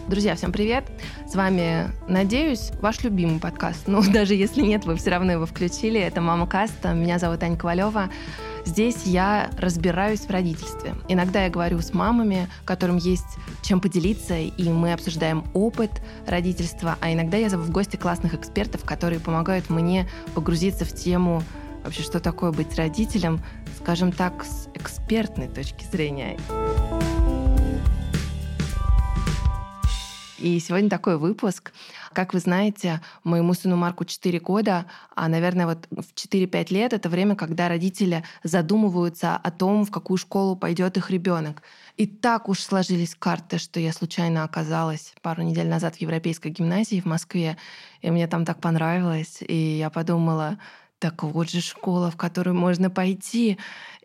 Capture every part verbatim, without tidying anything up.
Друзья, всем привет! С вами, надеюсь, ваш любимый подкаст. Ну, даже если нет, вы все равно его включили. Это «Мама Каста». Меня зовут Аня Ковалева. Здесь я разбираюсь в родительстве. Иногда я говорю с мамами, которым есть чем поделиться, и мы обсуждаем опыт родительства. А иногда я зову в гости классных экспертов, которые помогают мне погрузиться в тему вообще, что такое быть родителем, скажем так, с экспертной точки зрения. И сегодня такой выпуск. Как вы знаете, моему сыну Марку четыре года, а, наверное, вот в четыре-пять лет — это время, когда родители задумываются о том, в какую школу пойдет их ребенок. И так уж сложились карты, что я случайно оказалась пару недель назад в Европейской гимназии в Москве, и мне там так понравилось. И я подумала, так вот же школа, в которую можно пойти.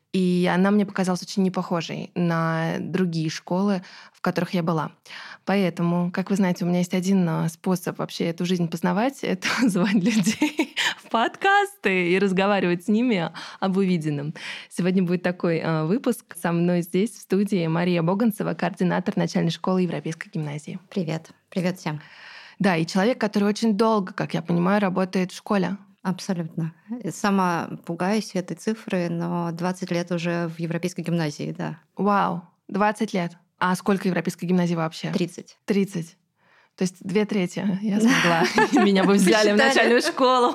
И она мне показалась очень непохожей на другие школы, в которых я была. Поэтому, как вы знаете, у меня есть один способ вообще эту жизнь познавать — это звать людей в подкасты и разговаривать с ними об увиденном. Сегодня будет такой выпуск. Со мной здесь, в студии, Мария Боганцева, координатор начальной школы Европейской гимназии. Привет. Привет всем. Да, и человек, который очень долго, как я понимаю, работает в школе. Абсолютно. Сама пугаюсь этой цифры, но двадцать лет уже в Европейской гимназии, да. Вау, двадцать лет. А сколько Европейской гимназии вообще? тридцать. тридцать. То есть две трети я смогла. Меня бы взяли в начальную школу.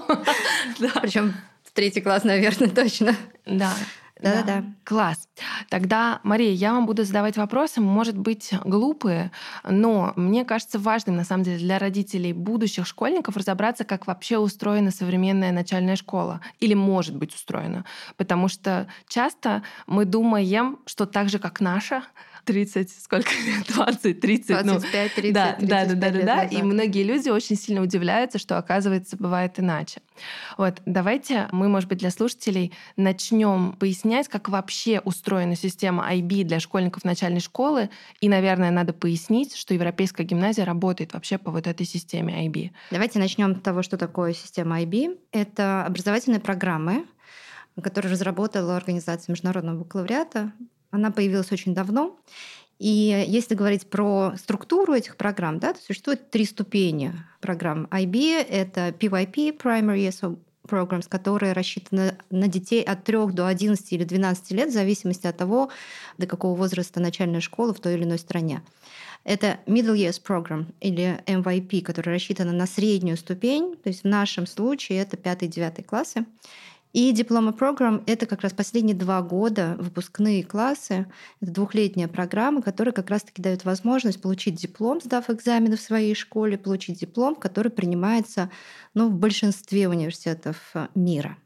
Причем в третий класс, наверное, точно. Да. Да-да-да. Класс. Тогда, Мария, я вам буду задавать вопросы, может быть, глупые, но мне кажется важным, на самом деле, для родителей будущих школьников разобраться, как вообще устроена современная начальная школа. Или может быть устроена. Потому что часто мы думаем, что так же, как наша, тридцать, сколько лет? двадцать, тридцать. двадцать пять, тридцать, да, тридцать да, да, да, да, да. назад. И многие люди очень сильно удивляются, что, оказывается, бывает иначе. Вот, давайте мы, может быть, для слушателей начнем пояснять, как вообще устроена система ай би для школьников начальной школы. И, наверное, надо пояснить, что Европейская гимназия работает вообще по вот этой системе ай би. Давайте начнем с того, что такое система ай би. Это образовательные программы, которые разработала Организация международного бакалавриата. Она появилась очень давно. И если говорить про структуру этих программ, да, то существует три ступени программ ай би. Это пи вай пи, Primary ESOL Programs, которые рассчитаны на детей от трёх до одиннадцати или двенадцати лет, в зависимости от того, до какого возраста начальная школа в той или иной стране. Это Middle Years Program или эм вай пи, которая рассчитана на среднюю ступень, то есть в нашем случае это пятый-девятый классы. И Diploma Program — это как раз последние два года выпускные классы. Это двухлетняя программа, которая как раз-таки дает возможность получить диплом, сдав экзамены в своей школе, получить диплом, который принимается, ну, в большинстве университетов мира.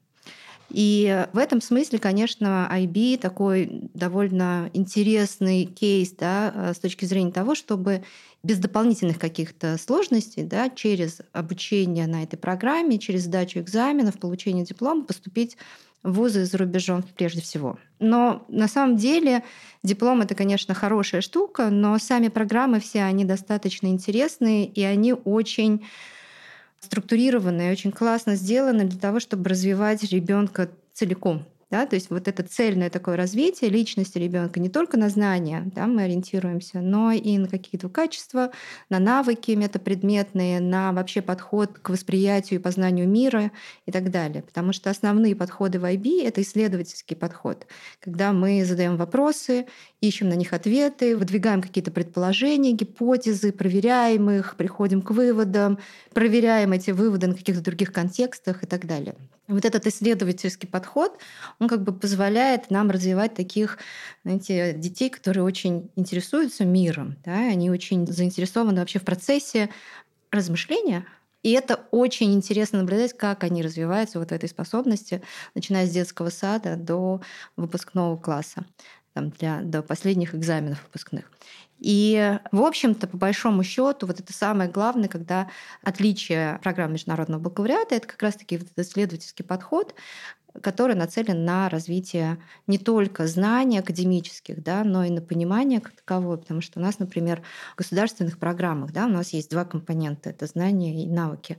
И в этом смысле, конечно, ай би такой довольно интересный кейс, да, с точки зрения того, чтобы без дополнительных каких-то сложностей, да, через обучение на этой программе, через сдачу экзаменов, получение диплома поступить в вузы за рубежом прежде всего. Но на самом деле диплом — это, конечно, хорошая штука, но сами программы все, они достаточно интересные, и они очень структурированные, очень классно сделаны для того, чтобы развивать ребенка целиком. Да? То есть вот это цельное такое развитие личности ребенка не только на знания, да, мы ориентируемся, но и на какие-то качества, на навыки метапредметные, на вообще подход к восприятию и познанию мира и так далее. Потому что основные подходы в ай би — это исследовательский подход, когда мы задаем вопросы, ищем на них ответы, выдвигаем какие-то предположения, гипотезы, проверяем их, приходим к выводам, проверяем эти выводы на каких-то других контекстах и так далее. Вот этот исследовательский подход, он как бы позволяет нам развивать таких, знаете, детей, которые очень интересуются миром, да, они очень заинтересованы вообще в процессе размышления. И это очень интересно наблюдать, как они развиваются вот в этой способности, начиная с детского сада до выпускного класса, там, для, до последних экзаменов выпускных. И, в общем-то, по большому счету, вот это самое главное, когда отличие программ международного бакалавриата — это как раз-таки вот этот исследовательский подход, который нацелен на развитие не только знаний академических, да, но и на понимание как таковое. Потому что у нас, например, в государственных программах, да, у нас есть два компонента — это знания и навыки.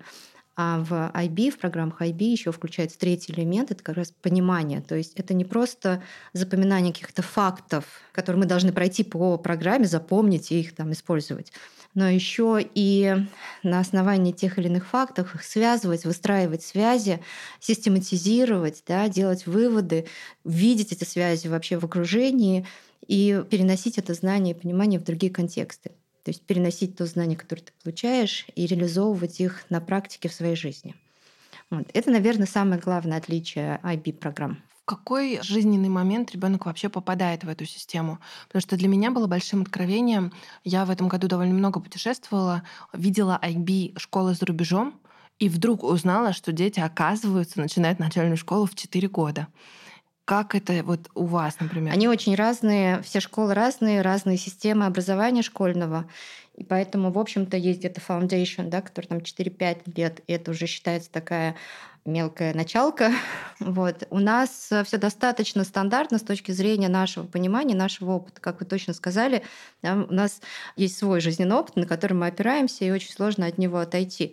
А в ай би, в программах ай би еще включается третий элемент — это как раз понимание. То есть это не просто запоминание каких-то фактов, которые мы должны пройти по программе, запомнить и их там использовать, но еще и на основании тех или иных фактов их связывать, выстраивать связи, систематизировать, да, делать выводы, видеть эти связи вообще в окружении и переносить это знание и понимание в другие контексты. То есть переносить то знание, которое ты получаешь, и реализовывать их на практике в своей жизни. Вот. Это, наверное, самое главное отличие ай би-программ. В какой жизненный момент ребенок вообще попадает в эту систему? Потому что для меня было большим откровением. Я в этом году довольно много путешествовала, видела ай би-школы за рубежом, и вдруг узнала, что дети, оказывается, начинают начальную школу в четыре года. Как это вот у вас, например? Они очень разные, все школы разные, разные системы образования школьного. И поэтому, в общем-то, есть где-то foundation, да, который там четыре-пять лет, и это уже считается такая мелкая началка. Вот. У нас все достаточно стандартно с точки зрения нашего понимания, нашего опыта. Как вы точно сказали, да, у нас есть свой жизненный опыт, на который мы опираемся, и очень сложно от него отойти.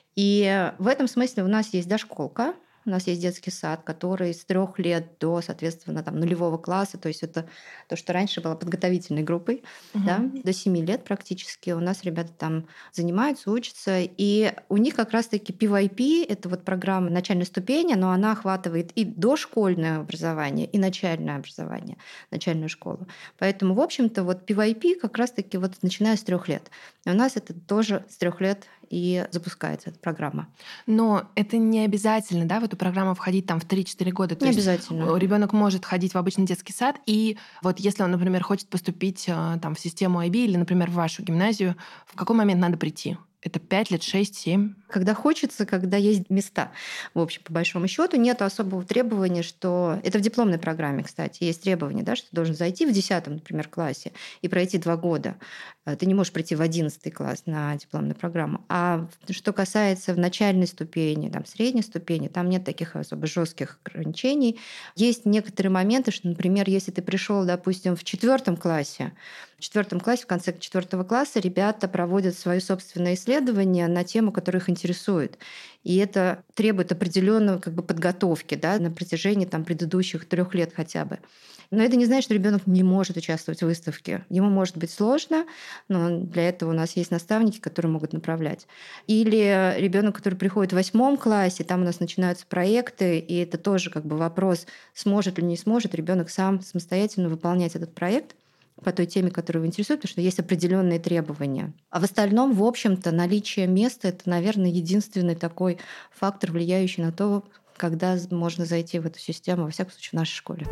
И в этом смысле у нас есть дошколка, у нас есть детский сад, который с трех лет до, соответственно, там, нулевого класса, то есть это то, что раньше было подготовительной группой, угу. да, до семи лет практически у нас ребята там занимаются, учатся, и у них как раз-таки пи вай пи — это вот программа начальной ступени, но она охватывает и дошкольное образование, и начальное образование, начальную школу. Поэтому, в общем-то, вот пи вай пи как раз-таки вот начиная с трех лет. И у нас это тоже с трех лет и запускается эта программа. Но это не обязательно, да, в эту программу входить там в три-четыре года. То не обязательно. Ребенок может ходить в обычный детский сад, и вот если он, например, хочет поступить там в систему ай би или, например, в вашу гимназию, в какой момент надо прийти? Это пять лет, шесть, семь? Когда хочется, когда есть места. В общем, по большому счету нет особого требования, что... Это в дипломной программе, кстати, есть требование, да, что ты должен зайти в десятом, например, классе и пройти два года. Ты не можешь прийти в одиннадцатый класс на дипломную программу. А что касается в начальной ступени, там, средней ступени, там нет таких особо жестких ограничений. Есть некоторые моменты, что, например, если ты пришел, допустим, в четвертом классе, в четвертом классе, в конце четвертого класса ребята проводят свои собственные исследования на тему, которая их интересует. И это требует определенной как бы, подготовки, да, на протяжении там, предыдущих трех лет хотя бы. Но это не значит, что ребенок не может участвовать в выставке. Ему может быть сложно, но для этого у нас есть наставники, которые могут направлять. Или ребенок, который приходит в восьмом классе, там у нас начинаются проекты, и это тоже как бы вопрос, сможет или не сможет ребенок сам самостоятельно выполнять этот проект по той теме, которая его интересует, потому что есть определенные требования. А в остальном, в общем-то, наличие места — это, наверное, единственный такой фактор, влияющий на то, когда можно зайти в эту систему, во всяком случае, в нашей школе.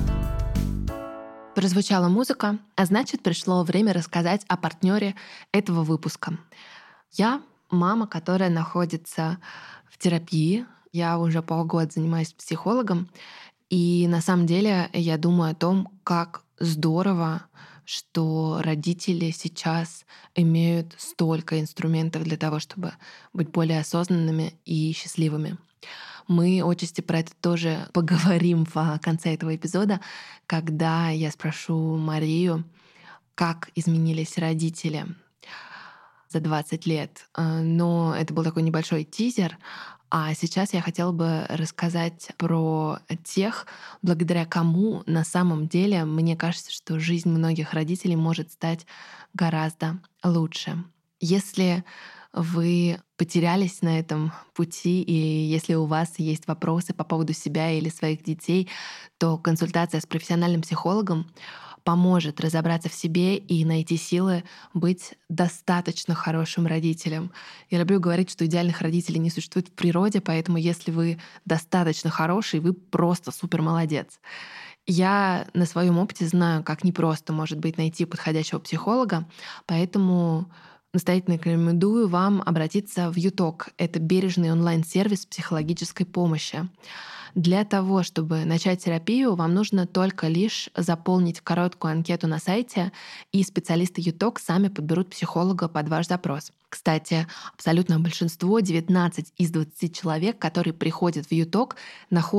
Прозвучала музыка, а значит, пришло время рассказать о партнере этого выпуска. Я мама, которая находится в терапии. Я уже полгода занимаюсь психологом. И на самом деле я думаю о том, как здорово, что родители сейчас имеют столько инструментов для того, чтобы быть более осознанными и счастливыми. Мы отчасти про это тоже поговорим в конце этого эпизода, когда я спрошу Марию, как изменились родители за двадцать лет. Но это был такой небольшой тизер. А сейчас я хотела бы рассказать про тех, благодаря кому на самом деле мне кажется, что жизнь многих родителей может стать гораздо лучше. Если вы потерялись на этом пути, и если у вас есть вопросы по поводу себя или своих детей, то консультация с профессиональным психологом поможет разобраться в себе и найти силы быть достаточно хорошим родителем. Я люблю говорить, что идеальных родителей не существует в природе, поэтому если вы достаточно хороший, вы просто супер молодец. Я на своем опыте знаю, как непросто может быть найти подходящего психолога, поэтому настоятельно рекомендую вам обратиться в ЮТОК. Это бережный онлайн-сервис психологической помощи. Для того, чтобы начать терапию, вам нужно только лишь заполнить короткую анкету на сайте, и специалисты ЮТОК сами подберут психолога под ваш запрос. Кстати, абсолютное большинство, девятнадцать из двадцати человек, которые приходят в ЮТОК, находят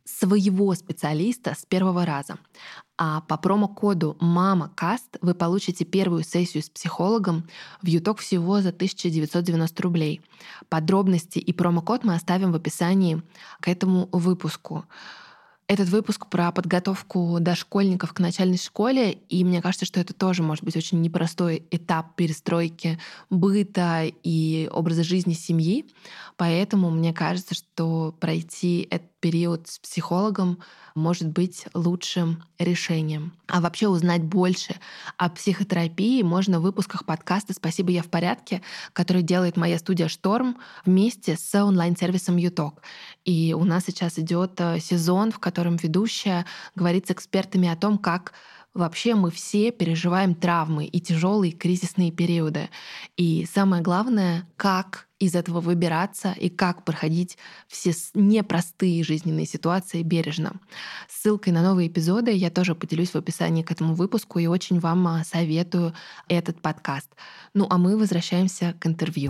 своего специалиста с первого раза. А по промокоду «МАМАКАСТ» вы получите первую сессию с психологом в ЮТОК всего за тысяча девятьсот девяносто рублей. Подробности и промокод мы оставим в описании к этому выпуску. Этот выпуск про подготовку дошкольников к начальной школе, и мне кажется, что это тоже может быть очень непростой этап перестройки быта и образа жизни семьи. Поэтому мне кажется, что пройти этот период с психологом может быть лучшим решением. А вообще узнать больше о психотерапии можно в выпусках подкаста «Спасибо, я в порядке», который делает моя студия «Шторм» вместе с онлайн-сервисом ЮТОК. И у нас сейчас идет сезон, в котором ведущая говорит с экспертами о том, как вообще мы все переживаем травмы и тяжелые кризисные периоды. И самое главное, как из этого выбираться и как проходить все непростые жизненные ситуации бережно. Ссылкой на новые эпизоды я тоже поделюсь в описании к этому выпуску и очень вам советую этот подкаст. Ну а мы возвращаемся к интервью.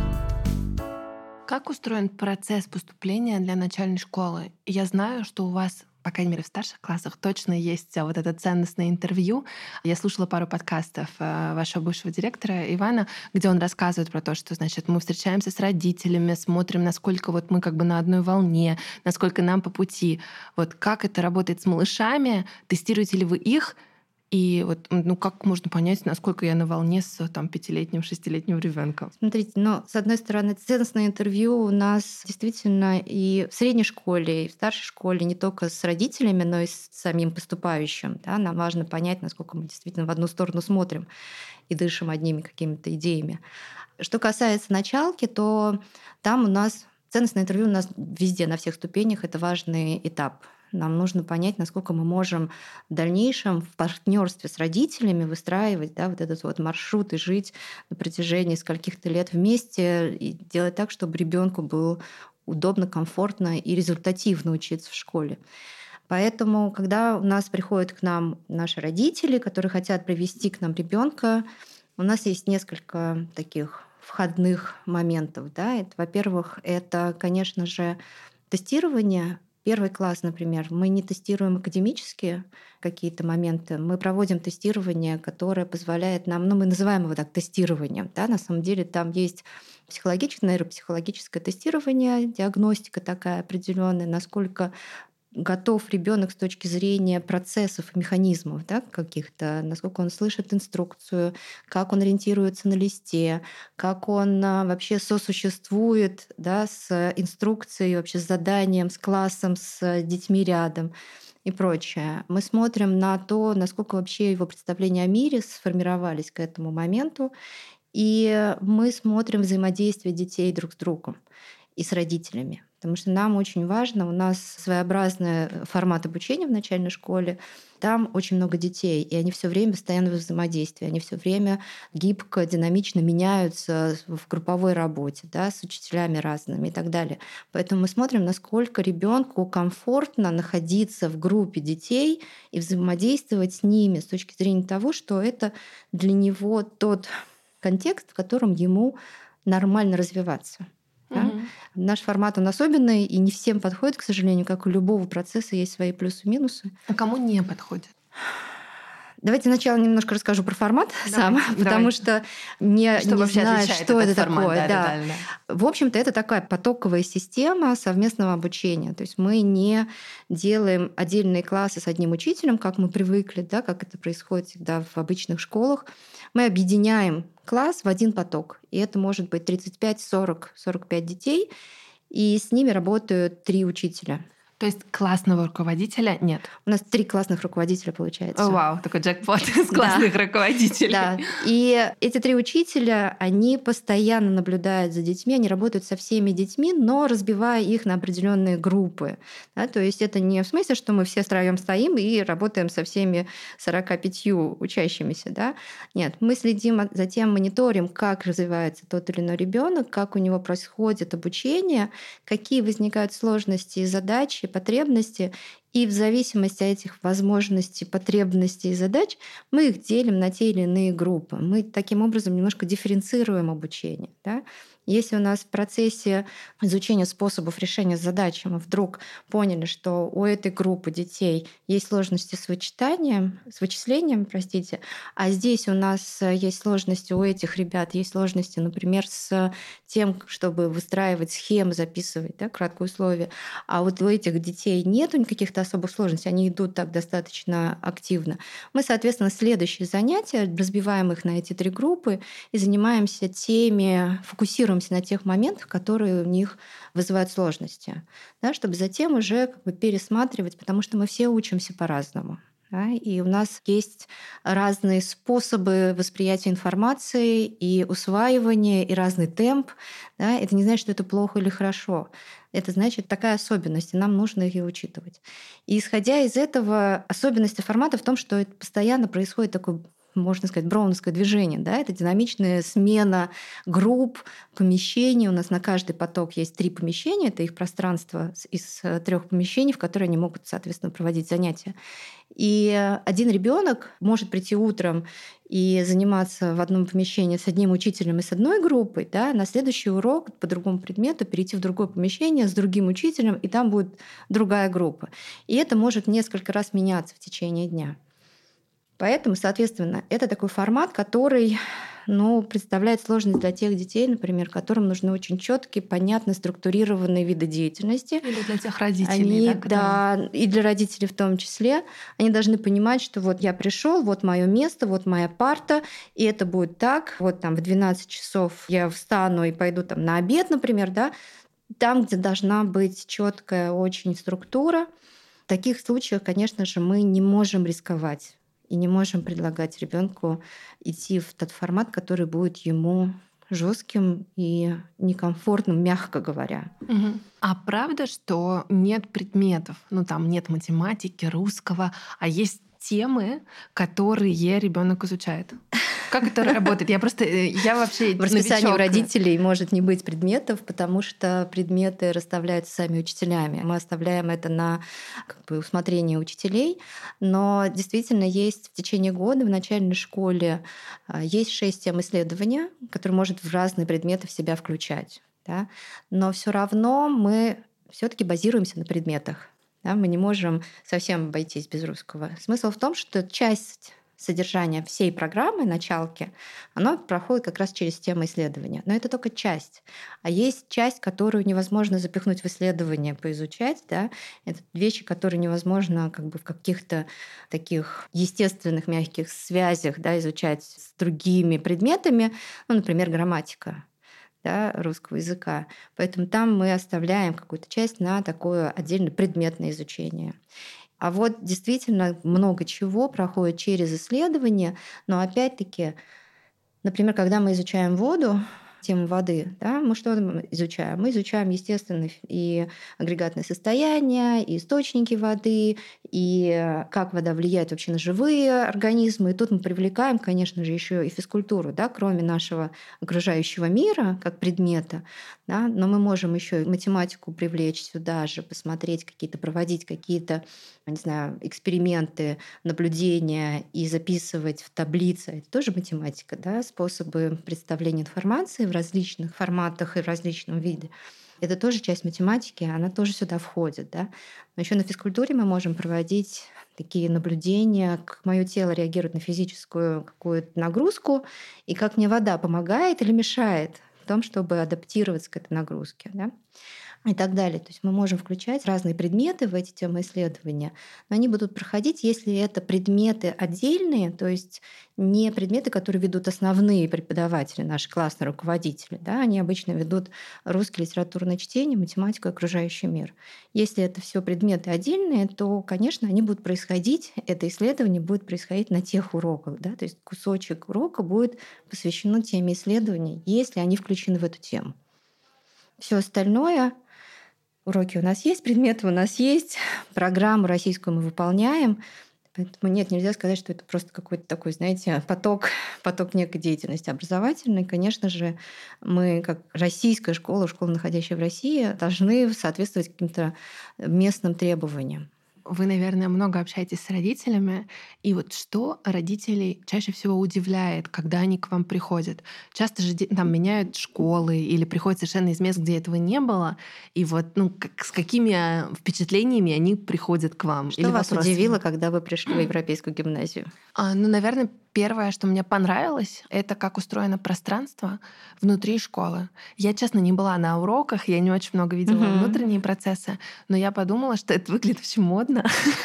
Как устроен процесс поступления для начальной школы? Я знаю, что у вас, по крайней мере, в старших классах точно есть вот это ценностное интервью. Я слушала пару подкастов вашего бывшего директора Ивана, где он рассказывает про то, что, значит, мы встречаемся с родителями, смотрим, насколько вот мы как бы на одной волне, насколько нам по пути. Вот как это работает с малышами? Тестируете ли вы их? И вот, ну, как можно понять, насколько я на волне с там, пятилетним, шестилетним ребенком? Смотрите, ну, с одной стороны, ценностное интервью у нас действительно и в средней школе, и в старшей школе не только с родителями, но и с самим поступающим. Да? Нам важно понять, насколько мы действительно в одну сторону смотрим и дышим одними какими-то идеями. Что касается началки, то там у нас ценностное интервью у нас везде, на всех ступенях, это важный этап. Нам нужно понять, насколько мы можем в дальнейшем в партнерстве с родителями выстраивать, да, вот этот вот маршрут и жить на протяжении скольких-то лет вместе и делать так, чтобы ребенку было удобно, комфортно и результативно учиться в школе. Поэтому, когда у нас приходят к нам наши родители, которые хотят привести к нам ребенка, у нас есть несколько таких входных моментов. Да. Это, во-первых, это, конечно же, тестирование. Первый класс, например, мы не тестируем академические какие-то моменты, мы проводим тестирование, которое позволяет нам, ну мы называем его так тестированием, да, на самом деле там есть психологическое, нейропсихологическое тестирование, диагностика такая определенная, насколько готов ребенок с точки зрения процессов и механизмов, да, каких-то, насколько он слышит инструкцию, как он ориентируется на листе, как он вообще сосуществует, да, с инструкцией, вообще с заданием, с классом, с детьми рядом и прочее. Мы смотрим на то, насколько вообще его представления о мире сформировались к этому моменту, и мы смотрим взаимодействие детей друг с другом и с родителями. Потому что нам очень важно, у нас своеобразный формат обучения в начальной школе, там очень много детей, и они все время постоянно в взаимодействии, они все время гибко, динамично меняются в групповой работе, да, с учителями разными и так далее. Поэтому мы смотрим, насколько ребенку комфортно находиться в группе детей и взаимодействовать с ними с точки зрения того, что это для него тот контекст, в котором ему нормально развиваться. Да? Угу. Наш формат он особенный и не всем подходит, к сожалению, как у любого процесса есть свои плюсы и минусы. А кому не подходит? Давайте сначала немножко расскажу про формат Давайте, сам, давайте. потому что не, что не знаю, что это формат, такое. да, Да. Да, да, да. В общем-то, это такая потоковая система совместного обучения. То есть мы не делаем отдельные классы с одним учителем, как мы привыкли, да, как это происходит всегда в обычных школах. Мы объединяем класс в один поток. И это может быть тридцать пять, сорок, сорок пять детей, и с ними работают три учителя. То есть классного руководителя нет? У нас три классных руководителя получается. О, вау, такой джекпот из классных Да. руководителей. Да. И эти три учителя, они постоянно наблюдают за детьми, они работают со всеми детьми, но разбивая их на определенные группы. Да, то есть это не в смысле, что мы все втроем стоим и работаем со всеми сорока пятью учащимися. Да? Нет, мы следим за тем, мониторим, как развивается тот или иной ребенок, как у него происходит обучение, какие возникают сложности и задачи, потребности, И в зависимости от этих возможностей, потребностей и задач мы их делим на те или иные группы. Мы таким образом немножко дифференцируем обучение. Да? Если у нас в процессе изучения способов решения задачи мы вдруг поняли, что у этой группы детей есть сложности с вычитанием, с вычислением, простите, а здесь у нас есть сложности, у этих ребят есть сложности, например, с тем, чтобы выстраивать схемы, записывать, да, краткое условие, а вот у этих детей нету каких-то особых сложностей, они идут так достаточно активно. Мы, соответственно, следующие занятия разбиваем их на эти три группы и занимаемся теми, фокусируемся на тех моментах, которые у них вызывают сложности, да, чтобы затем уже как бы пересматривать, потому что мы все учимся по-разному. Да, и у нас есть разные способы восприятия информации и усваивания, и разный темп. Да. Это не значит, что это плохо или хорошо. Это значит такая особенность, и нам нужно ее учитывать. И исходя из этого, особенность формата в том, что это постоянно происходит такой, можно сказать, броуновское движение. Да? Это динамичная смена групп, помещений. У нас на каждый поток есть три помещения. Это их пространство из трех помещений, в которые они могут, соответственно, проводить занятия. И один ребенок может прийти утром и заниматься в одном помещении с одним учителем и с одной группой, да, на следующий урок по другому предмету перейти в другое помещение с другим учителем, и там будет другая группа. И это может несколько раз меняться в течение дня. Поэтому, соответственно, это такой формат, который, ну, представляет сложность для тех детей, например, которым нужны очень четкие, понятно структурированные виды деятельности. Или для тех родителей, они, да, которые... да, и для родителей в том числе. Они должны понимать, что вот я пришел, вот мое место, вот моя парта, и это будет так. Вот там в двенадцать часов я встану и пойду там на обед, например, да, там, где должна быть четкая очень структура. В таких случаях, конечно же, мы не можем рисковать. И не можем предлагать ребенку идти в тот формат, который будет ему жестким и некомфортным, мягко говоря. Угу. А правда, что нет предметов, ну там нет математики, русского, а есть темы, которые ребенок изучает? Как это работает? Я просто, я вообще в расписании у родителей может не быть предметов, потому что предметы расставляются сами учителями. Мы оставляем это на как бы, усмотрение учителей. Но действительно есть в течение года в начальной школе есть шесть тем исследования, которые может в разные предметы в себя включать. Да? Но все равно мы все-таки базируемся на предметах. Да? Мы не можем совсем обойтись без русского. Смысл в том, что часть содержание всей программы, началки, оно проходит как раз через темы исследования. Но это только часть. А есть часть, которую невозможно запихнуть в исследование, поизучать. Да? Это вещи, которые невозможно как бы в каких-то таких естественных мягких связях, да, изучать с другими предметами. Ну, например, грамматика, да, русского языка. Поэтому там мы оставляем какую-то часть на такое отдельно предметное изучение. А вот действительно много чего проходит через исследования, но опять-таки, например, когда мы изучаем воду, тему воды, да, мы что изучаем? Мы изучаем, естественно, и агрегатное состояние, и источники воды, и как вода влияет вообще на живые организмы. И тут мы привлекаем, конечно же, еще и физкультуру, да, кроме нашего окружающего мира как предмета, да, но мы можем еще и математику привлечь сюда же, посмотреть какие-то, проводить какие-то, не знаю, эксперименты, наблюдения и записывать в таблицы. Это тоже математика, да, способы представления информации в различных форматах и в различном виде. Это тоже часть математики, она тоже сюда входит. Да? Но еще на физкультуре мы можем проводить такие наблюдения, как мое тело реагирует на физическую какую-то нагрузку, и как мне вода помогает или мешает в том, чтобы адаптироваться к этой нагрузке. Да? И так далее. То есть мы можем включать разные предметы в эти темы исследования, но они будут проходить, если это предметы отдельные, то есть не предметы, которые ведут основные преподаватели, наши классные руководители. Да, они обычно ведут русский, литературное чтение, математику, окружающий мир. Если это все предметы отдельные, то, конечно, они будут происходить, это исследование будет происходить на тех уроках. Да, то есть кусочек урока будет посвящен теме исследований, если они включены в эту тему. Все остальное уроки у нас есть, предметы у нас есть, программу российскую мы выполняем. Поэтому нет, нельзя сказать, что это просто какой-то такой, знаете, поток, поток некой деятельности образовательной. Конечно же, мы, как российская школа, школа, находящая в России, должны соответствовать каким-то местным требованиям. Вы, наверное, много общаетесь с родителями. И вот что родителей чаще всего удивляет, когда они к вам приходят? Часто же де- там меняют школы или приходят совершенно из мест, где этого не было. И вот ну, как- с какими а, впечатлениями они приходят к вам или Что вас удивило, вопросами? когда вы пришли в европейскую гимназию? А, ну, наверное, первое, что мне понравилось, это как устроено пространство внутри школы. Я, честно, не была на уроках, я не очень много видела Мгм. внутренние процессы, но я подумала, что это выглядит очень модно.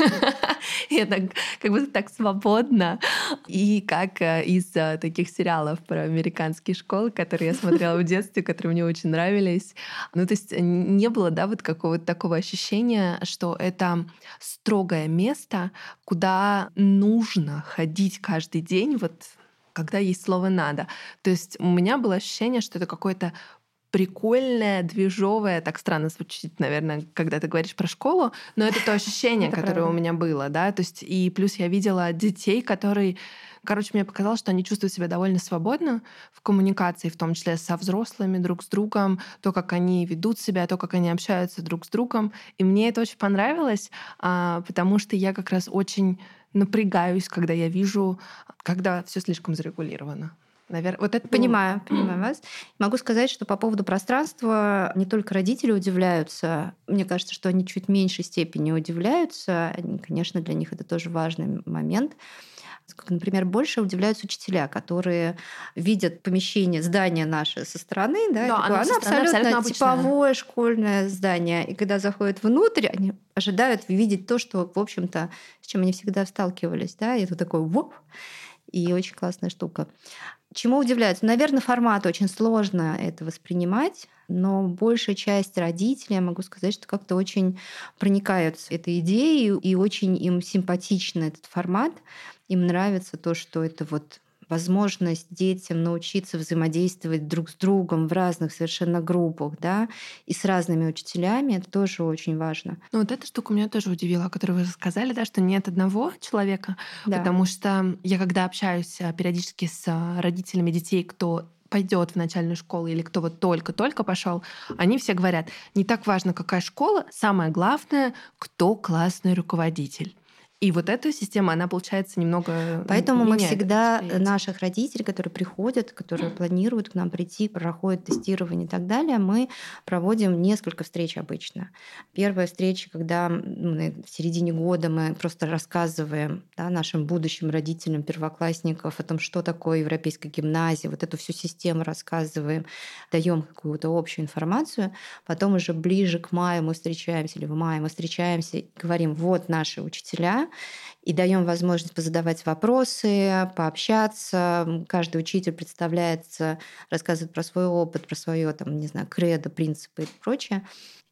И это как будто так свободно. И как э, из э, таких сериалов про американские школы, которые я смотрела в детстве, которые мне очень нравились. Ну, то есть э, не было, да, вот какого-то такого ощущения, что это строгое место, куда нужно ходить каждый день, вот когда есть слово «надо». То есть у меня было ощущение, что это какое-то прикольное, движовое, так странно звучит, наверное, когда ты говоришь про школу, но это то ощущение, Это которое у правда. меня было, да, то есть и плюс я видела детей, которые, короче, мне показалось, что они чувствуют себя довольно свободно в коммуникации, в том числе со взрослыми, друг с другом, то, как они ведут себя, то, как они общаются друг с другом, и мне это очень понравилось, а, потому что я как раз очень напрягаюсь, когда я вижу, когда все слишком зарегулировано. Наверное, вот это, ну, Понимаю, понимаю вас. Могу сказать, что по поводу пространства не только родители удивляются. Мне кажется, что они чуть в меньшей степени удивляются. Они, конечно, для них это тоже важный момент. Как, например, больше удивляются учителя, которые видят помещение, здание наше со стороны, да, и да, такое, оно со оно стороны абсолютно абсолютно обычное. типовое школьное здание. И когда заходят внутрь, они ожидают видеть то, что, в общем-то, с чем они всегда сталкивались. Да? И это такой воп, и очень классная штука. Чему удивляются? Наверное, формат очень сложно это воспринимать, но большая часть родителей, я могу сказать, что как-то очень проникаются этой идеей, и очень им симпатичен этот формат. Им нравится то, что это вот возможность детям научиться взаимодействовать друг с другом в разных совершенно группах, да, и с разными учителями. Это тоже очень важно. Ну, вот эта штука меня тоже удивила, о которой вы сказали, да, что нет одного человека, Да. потому что я когда общаюсь а, периодически с а, родителями детей, кто пойдет в начальную школу или кто вот только-только пошел, они все говорят, не так важно, какая школа, самое главное, кто классный руководитель. И вот эта система, она, получается, немного м, Поэтому мы меняет это всегда восприятие. наших родителей, которые приходят, которые планируют к нам прийти, проходят тестирование и так далее, мы проводим несколько встреч обычно. Первая встреча, когда ну, на- в середине года мы просто рассказываем, да, нашим будущим родителям первоклассников о том, что такое европейская гимназия, вот эту всю систему рассказываем, даем какую-то общую информацию. Потом уже ближе к маю мы встречаемся, или в мае мы встречаемся и говорим, вот наши учителя, и даем возможность позадавать вопросы, пообщаться. М, Каждый учитель представляется, рассказывает про свой опыт, про свое, там, не знаю, кредо, принципы и прочее.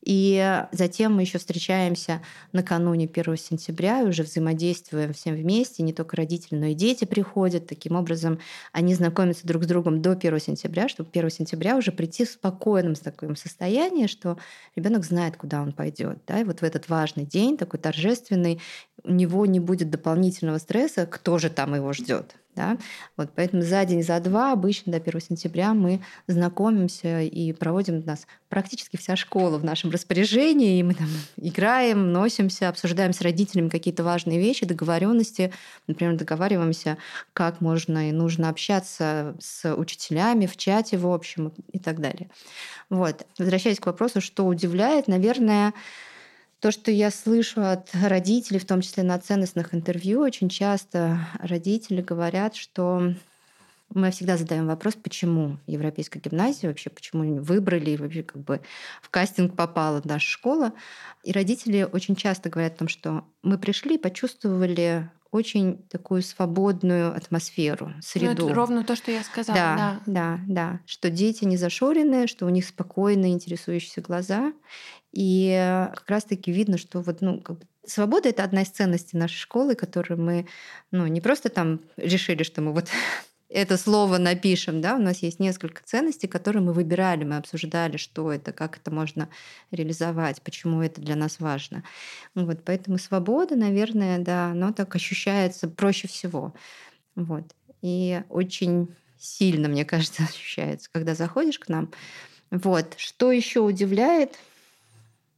И затем мы еще встречаемся накануне первого сентября и уже взаимодействуем всем вместе, не только родители, но и дети приходят. Таким образом, они знакомятся друг с другом до первого сентября, чтобы первого сентября уже прийти в спокойном таком состоянии, что ребенок знает, куда он пойдет. Да? И вот в этот важный день, такой торжественный, у него не будет дополнительного стресса, кто же там его ждет. Да? Вот поэтому за день, за два обычно до первого сентября мы знакомимся и проводим у нас практически вся школа в нашем распоряжении, и мы там играем, носимся, обсуждаем с родителями какие-то важные вещи, договоренности. Например, договариваемся, как можно и нужно общаться с учителями в чате в общем и так далее. Вот. Возвращаясь к вопросу, что удивляет, наверное, то, что я слышу от родителей, в том числе на ценностных интервью, очень часто родители говорят, что мы всегда задаем вопрос, почему европейская гимназия, вообще почему выбрали, и вообще как бы в кастинг попала наша школа. И родители очень часто говорят о том, что мы пришли, почувствовали очень такую свободную атмосферу, Ну, это среду. ровно то, что я сказала, Да, да. да, да. Что дети не зашорены, что у них спокойные, интересующиеся глаза. И э, как раз-таки видно, что вот, ну, как бы свобода — это одна из ценностей нашей школы, которую мы ну, не просто там решили, что мы вот это слово напишем, да, у нас есть несколько ценностей, которые мы выбирали, мы обсуждали, что это, как это можно реализовать, почему это для нас важно. Вот, поэтому свобода, наверное, да, оно так ощущается проще всего. Вот. И очень сильно, мне кажется, ощущается, когда заходишь к нам. Вот. Что еще удивляет?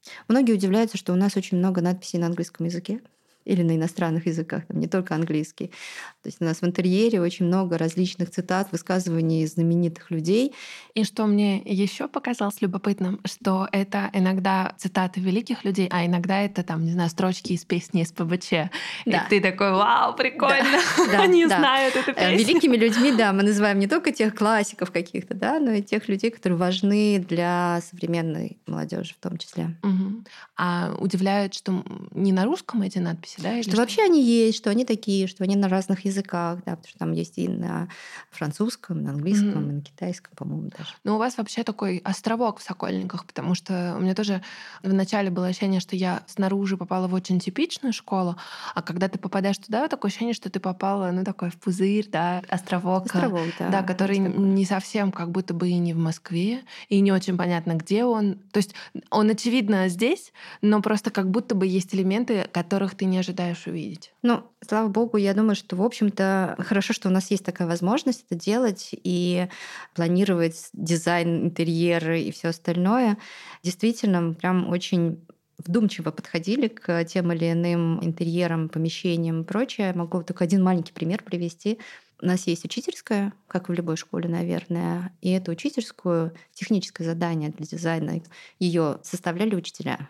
Многие удивляются, что у нас очень много надписей на английском языке или на иностранных языках, там не только английский. То есть у нас в интерьере очень много различных цитат, высказываний знаменитых людей. И что мне еще показалось любопытным, что это иногда цитаты великих людей, а иногда это там, не знаю, строчки из песни из СПБЧ. Да. И ты такой: вау, прикольно, Да, они да. знают эту песню. Великими людьми, да, мы называем не только тех классиков каких-то, да, но и тех людей, которые важны для современной молодежи в том числе. Мгм. А удивляет, что не на русском эти надписи, да? или Что вообще они есть, что они такие, что они на разных языках, да, потому что там есть и на французском, на английском, Мгм. и на китайском, по-моему, даже. Ну, у вас вообще такой островок в Сокольниках, потому что у меня тоже вначале было ощущение, что я снаружи попала в очень типичную школу, а когда ты попадаешь туда, такое ощущение, что ты попала, ну, такой в пузырь, да, островок, э, Островок, да, да, который есть такое. не совсем как будто бы и не в Москве, и не очень понятно, где он. То есть он, очевидно, здесь, но просто как будто бы есть элементы, которых ты не ожидаешь увидеть. Ну, слава богу, я думаю, что, в общем-то, хорошо, что у нас есть такая возможность это делать и планировать дизайн интерьера и все остальное. Действительно, мы прям очень вдумчиво подходили к тем или иным интерьерам, помещениям и прочее. Могу только один маленький пример привести. У нас есть учительская, как в любой школе, наверное, и эту учительскую техническое задание для дизайна ее составляли учителя.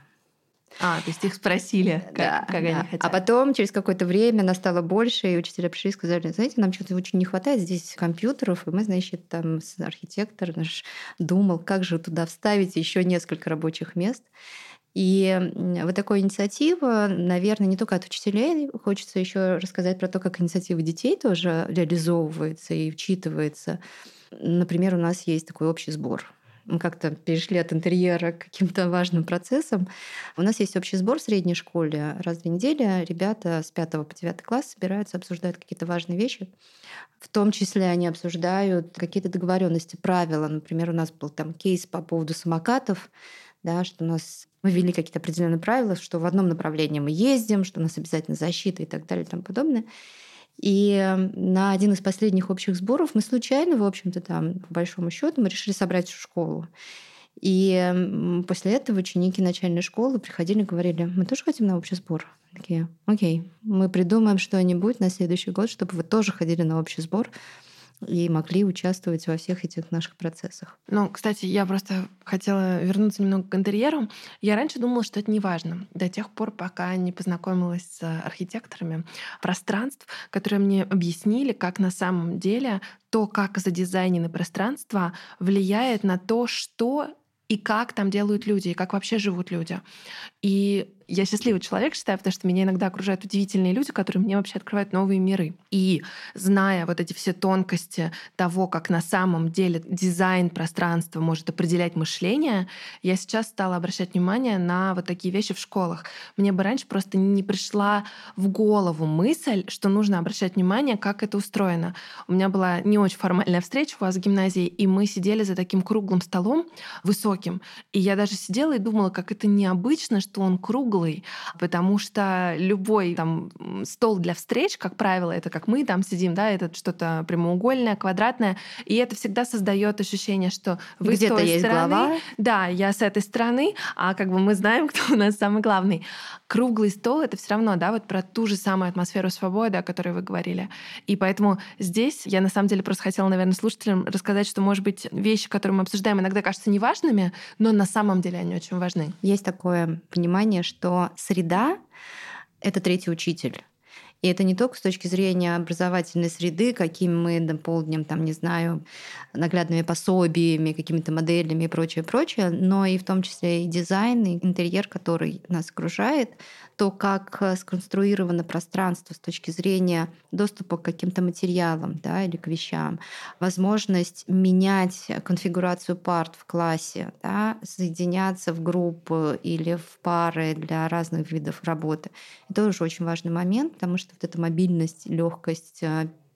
А, то есть их спросили, как, Да, как да. они А хотят. потом, через какое-то время, нас стало больше, и учителя пришли и сказали: знаете, нам что-то очень не хватает здесь компьютеров, и мы, значит, там с- архитектор наш думал, как же туда вставить еще несколько рабочих мест. И м, вот такая инициатива, наверное, не только от учителей. Хочется еще рассказать про то, как инициатива детей тоже реализовывается и учитывается. Например, у нас есть такой общий сбор. Мы как-то перешли от интерьера к каким-то важным процессам. У нас есть общий сбор в средней школе. Раз в две недели ребята с пятого по девятый класс собираются, обсуждают какие-то важные вещи. В том числе они обсуждают какие-то договоренности, правила. Например, у нас был там кейс по поводу самокатов, да, что у нас мы ввели какие-то определенные правила, что в одном направлении мы ездим, что у нас обязательно защита и так далее и тому подобное. И на один из последних общих сборов мы случайно, в общем-то, там, по большому счету, мы решили собрать всю школу. И м, после этого ученики начальной школы приходили и говорили: мы тоже хотим на общий сбор. Такие: окей, мы придумаем что-нибудь на следующий год, чтобы вы тоже ходили на общий сбор и могли участвовать во всех этих наших процессах. Ну, кстати, я просто хотела вернуться немного к интерьеру. Я раньше думала, что это не важно, до тех пор, пока не познакомилась с архитекторами пространств, которые мне объяснили, как на самом деле то, как задизайнены пространства, влияет на то, что и как там делают люди, и как вообще живут люди. И я счастливый человек, считаю, потому что меня иногда окружают удивительные люди, которые мне вообще открывают новые миры. И зная вот эти все тонкости того, как на самом деле дизайн пространства может определять мышление, я сейчас стала обращать внимание на вот такие вещи в школах. Мне бы раньше просто не пришла в голову мысль, что нужно обращать внимание, как это устроено. У меня была не очень формальная встреча у вас в гимназии, и мы сидели за таким круглым столом высоким. И я даже сидела и думала, как это необычно, что он круглый, потому что любой там стол для встреч, как правило, это как мы там сидим, да, это что-то прямоугольное, квадратное, и это всегда создает ощущение, что вы Где-то с той есть стороны, глава. да, я с этой стороны, а как бы мы знаем, кто у нас самый главный. Круглый стол — это все равно, да, вот про ту же самую атмосферу свободы, о которой вы говорили. И поэтому здесь я на самом деле просто хотела, наверное, слушателям рассказать, что, может быть, вещи, которые мы обсуждаем, иногда кажутся неважными, но на самом деле они очень важны. Есть такое понимание, что среда — это третий учитель. И это не только с точки зрения образовательной среды, какими мы дополним, там, не знаю, наглядными пособиями, какими-то моделями и прочее, прочее, но и в том числе и дизайн, и интерьер, который нас окружает, то, как сконструировано пространство с точки зрения доступа к каким-то материалам, да, или к вещам, возможность менять конфигурацию парт в классе, да, соединяться в группы или в пары для разных видов работы. Это тоже очень важный момент, потому что вот эта мобильность, легкость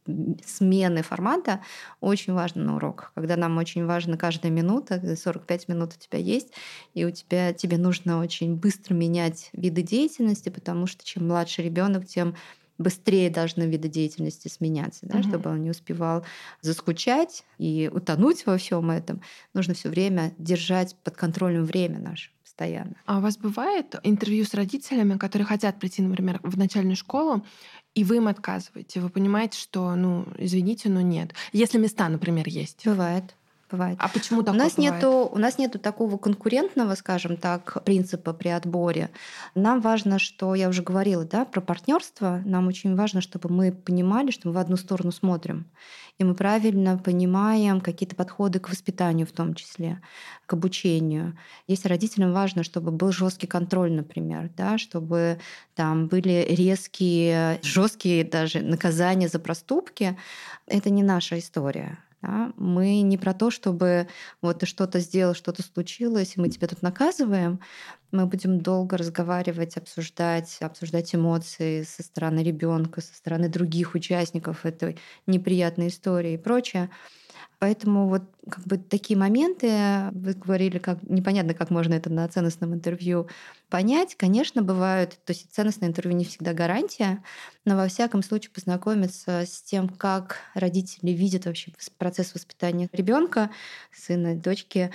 смены формата очень важна на уроках, когда нам очень важна каждая минута, сорок пять минут у тебя есть, и у тебя, тебе нужно очень быстро менять виды деятельности, потому что чем младше ребенок, тем быстрее должны виды деятельности сменяться, да, Мгм. чтобы он не успевал заскучать и утонуть во всем этом. Нужно все время держать под контролем время наше. постоянно. А у вас бывает интервью с родителями, которые хотят прийти, например, в начальную школу, и вы им отказываете? Вы понимаете, что, ну, извините, но нет. Если места, например, есть. Бывает. Бывает. А почему У такое нас бывает? нету, у нас нету такого конкурентного, скажем так, принципа при отборе. Нам важно, что я уже говорила, да, про партнерство. Нам очень важно, чтобы мы понимали, что мы в одну сторону смотрим, и мы правильно понимаем какие-то подходы к воспитанию, в том числе к обучению. Если родителям важно, чтобы был жесткий контроль, например, да, чтобы там были резкие, жесткие даже наказания за проступки, это не наша история. Да? Мы не про то, чтобы вот ты что-то сделал, что-то случилось, и мы тебя тут наказываем. Мы будем долго разговаривать, обсуждать, обсуждать эмоции со стороны ребенка, со стороны других участников этой неприятной истории и прочее. Поэтому вот как бы такие моменты, вы говорили, как непонятно, как можно это на ценностном интервью понять. Конечно, бывают, то есть ценностное интервью не всегда гарантия, но во всяком случае познакомиться с тем, как родители видят вообще процесс воспитания ребенка, сына, дочки,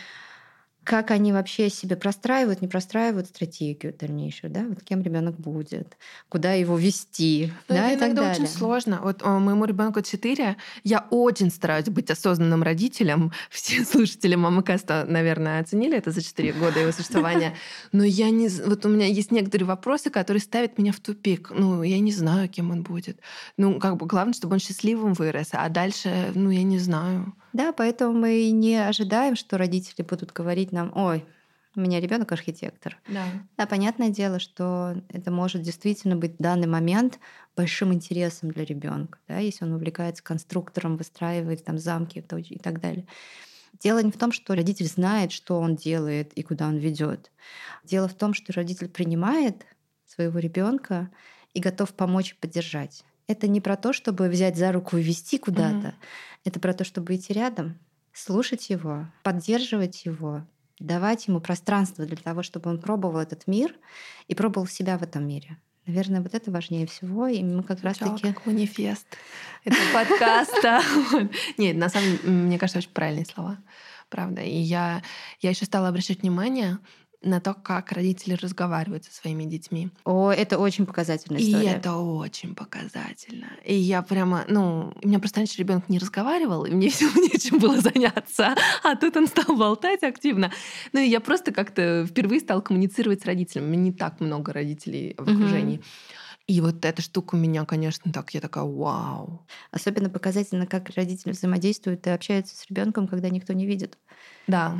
как они вообще себе простраивают, не простраивают стратегию дальнейшую, да, вот кем ребенок будет, куда его вести, Но да, это и так иногда очень далее. сложно. Вот а, моему ребенку четыре. Я очень стараюсь быть осознанным родителем. Все слушатели Мамы Каста, наверное, оценили это за четыре года его существования. Но я не... з- Вот у меня есть некоторые вопросы, которые ставят меня в тупик. Ну, я не знаю, кем он будет. Ну, как бы главное, чтобы он счастливым вырос. А дальше, ну, я не знаю. Да, поэтому мы и не ожидаем, что родители будут говорить нам: ой, у меня ребенок архитектор. Да. Да, понятное дело, что это может действительно быть в данный момент большим интересом для ребенка, да, если он увлекается конструктором, выстраивает там замки и то- и так далее. Дело не в том, что родитель знает, что он делает и куда он ведет. Дело в том, что родитель принимает своего ребенка и готов помочь и поддержать. Это не про то, чтобы взять за руку и вести Мгм. куда-то. Это про то, чтобы идти рядом, слушать его, поддерживать его, давать ему пространство для того, чтобы он пробовал этот мир и пробовал себя в этом мире. Наверное, вот это важнее всего. И мы как Звучало раз-таки... как манифест этого подкаста. Вот. Нет, на самом деле, мне кажется, очень правильные слова. Правда. И я, я еще стала обращать внимание на то, как родители разговаривают со своими детьми. О, это очень показательная И история. это очень показательно. И я прямо, ну, у меня просто раньше ребенок не разговаривал, и мне все нечем было заняться. А тут он стал болтать активно. Ну и я просто как-то впервые стала коммуницировать с родителями. У меня не так много родителей в Мгм. окружении. И вот эта штука у меня, конечно, так, я такая, вау. Особенно показательно, как родители взаимодействуют и общаются с ребенком, когда никто не видит. Да,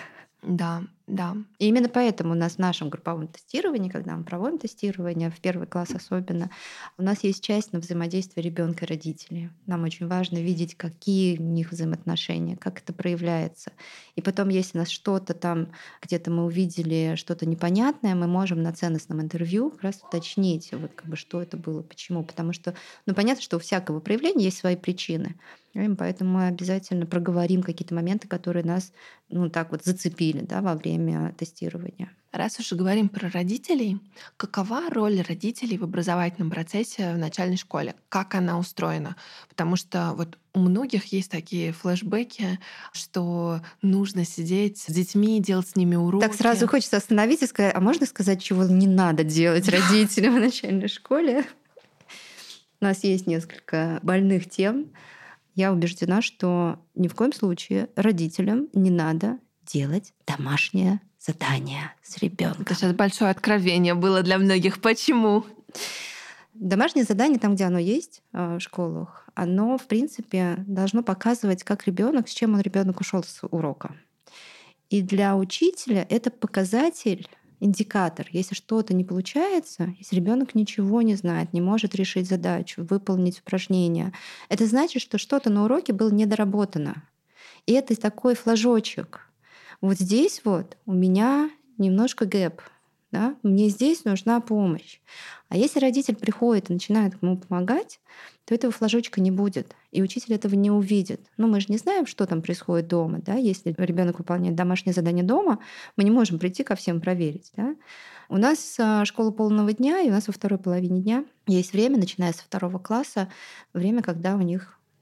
да, да. И именно поэтому у нас в нашем групповом тестировании, когда мы проводим тестирование, в первый класс особенно, у нас есть часть на взаимодействие ребенка и родителей. Нам очень важно видеть, какие у них взаимоотношения, как это проявляется. И потом, если у нас что-то там, где-то мы увидели что-то непонятное, мы можем на ценностном интервью как раз уточнить, вот как бы, что это было, почему. Потому что, ну, понятно, что у всякого проявления есть свои причины. И поэтому мы обязательно проговорим какие-то моменты, которые нас, ну, так вот зацепили, да, во время тестирования. Раз уж говорим про родителей, какова роль родителей в образовательном процессе в начальной школе? Как она устроена? Потому что вот у многих есть такие флешбеки, что нужно сидеть с детьми, делать с ними уроки. Так сразу хочется остановиться и сказать: а можно сказать, чего не надо делать родителям в начальной школе? У нас есть несколько больных тем. Я убеждена, что ни в коем случае родителям не надо делать домашнее задание с ребенком. Это сейчас большое откровение было для многих. Почему? Домашнее задание, там, где оно есть э, в школах, оно, в принципе, должно показывать, как ребенок, с чем он ребенок ушел с урока. И для учителя это показатель, индикатор. Если что-то не получается, если ребенок ничего не знает, не может решить задачу, выполнить упражнение, это значит, что что-то на уроке было недоработано. И это такой флажочек. Вот здесь вот у меня немножко гэп. Да? Мне здесь нужна помощь. А если родитель приходит и начинает ему помогать, то этого флажочка не будет. И учитель этого не увидит. Ну, мы же не знаем, что там происходит дома. Да? Если ребенок выполняет домашнее задание дома, мы не можем прийти ко всем проверить. Да? У нас а, школа полного дня, и у нас во второй половине дня есть время, начиная со второго класса, время, когда у них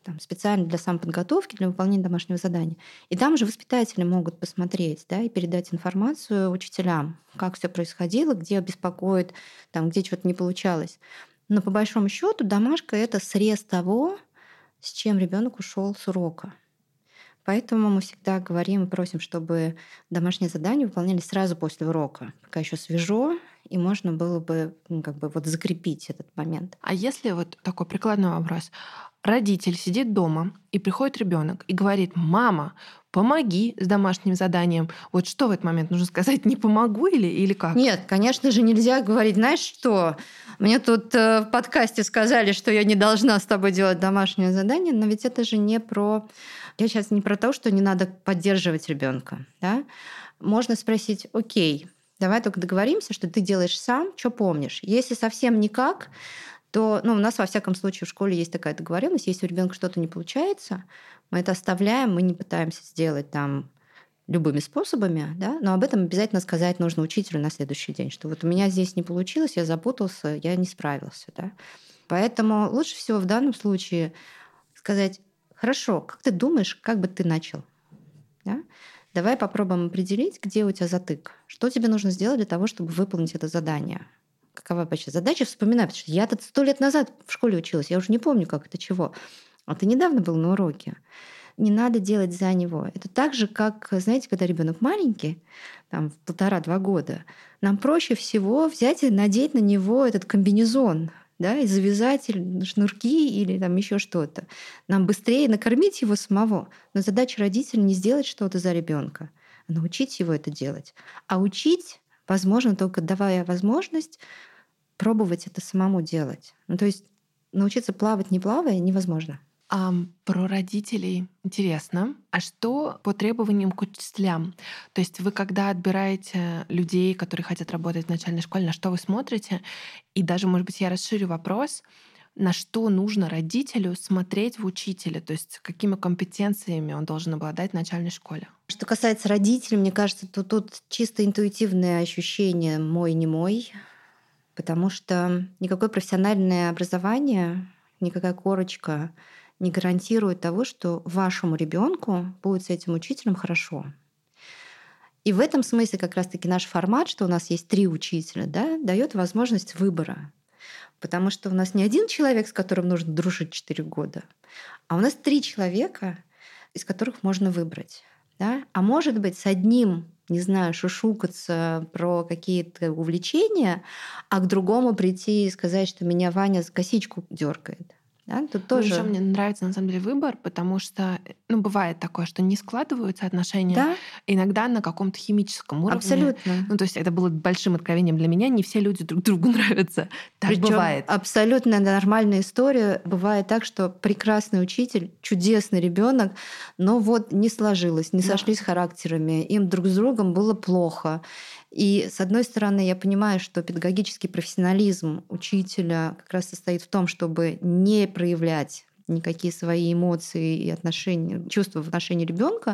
там, специально для самоподготовки, для выполнения домашнего задания. И там же воспитатели могут посмотреть, да, и передать информацию учителям, как все происходило, где беспокоит, там, где что-то не получалось. Но по большому счету домашка — это срез того, с чем ребенок ушел с урока. Поэтому мы всегда говорим и просим, чтобы домашние задания выполнялись сразу после урока, пока еще свежо, и можно было бы, ну, как бы вот закрепить этот момент. А если вот такой прикладной вопрос? Родитель сидит дома, и приходит ребенок и говорит: «Мама, помоги с домашним заданием». Вот что в этот момент нужно сказать? Не помогу или, или как? Нет, конечно же, нельзя говорить: знаешь что, мне тут э, в подкасте сказали, что я не должна с тобой делать домашнее задание, но ведь это же не про... Я сейчас не про то, что не надо поддерживать ребенка. Да? Можно спросить: окей, давай только договоримся, что ты делаешь сам, что помнишь. Если совсем никак, то, ну, у нас, во всяком случае, в школе есть такая договоренность: если у ребенка что-то не получается, мы это оставляем, мы не пытаемся сделать там любыми способами, да, но об этом обязательно сказать нужно учителю на следующий день, что вот у меня здесь не получилось, я запутался, я не справился. Да. Поэтому лучше всего в данном случае сказать: хорошо, как ты думаешь, как бы ты начал? Да? Давай попробуем определить, где у тебя затык, что тебе нужно сделать для того, чтобы выполнить это задание. Какова вообще задача? Вспоминай, потому что я-то сто лет назад в школе училась, я уже не помню, как это чего. А ты недавно был на уроке. Не надо делать за него. Это так же, как, знаете, когда ребенок маленький, там, в полтора-два года, нам проще всего взять и надеть на него этот комбинезон, да, и завязать шнурки или там еще что-то. Нам быстрее накормить его самого. Но задача родителя не сделать что-то за ребенка, а научить его это делать. А учить возможно только давая возможность пробовать это самому делать. Ну, то есть научиться плавать, не плавая, невозможно. А про родителей интересно. А что по требованиям к учителям? То есть вы, когда отбираете людей, которые хотят работать в начальной школе, на что вы смотрите? И даже, может быть, я расширю вопрос, на что нужно родителю смотреть в учителе? То есть какими компетенциями он должен обладать в начальной школе? Что касается родителей, мне кажется, то тут чисто интуитивное ощущение «мой, не мой», потому что никакое профессиональное образование, никакая корочка не гарантирует того, что вашему ребенку будет с этим учителем хорошо. И в этом смысле как раз-таки наш формат, что у нас есть три учителя, да, дает возможность выбора. Потому что у нас не один человек, с которым нужно дружить четыре года, а у нас три человека, из которых можно выбрать. Да? А может быть, с одним, не знаю, шушукаться про какие-то увлечения, а к другому прийти и сказать, что меня Ваня за косичку дергает. Да? Тут Ну, тоже... еще мне нравится, на самом деле, выбор, потому что, ну, бывает такое, что не складываются отношения. Да, Иногда на каком-то химическом уровне. абсолютно. Ну, то есть это было большим откровением для меня. Не все люди друг другу нравятся. Так Причем бывает. абсолютно нормальная история. Бывает так, что прекрасный учитель, чудесный ребенок, но вот не сложилось, не Да. сошлись характерами, им друг с другом было плохо. И с одной стороны, я понимаю, что педагогический профессионализм учителя как раз состоит в том, чтобы не проявлять никакие свои эмоции и отношения, чувства в отношении ребенка.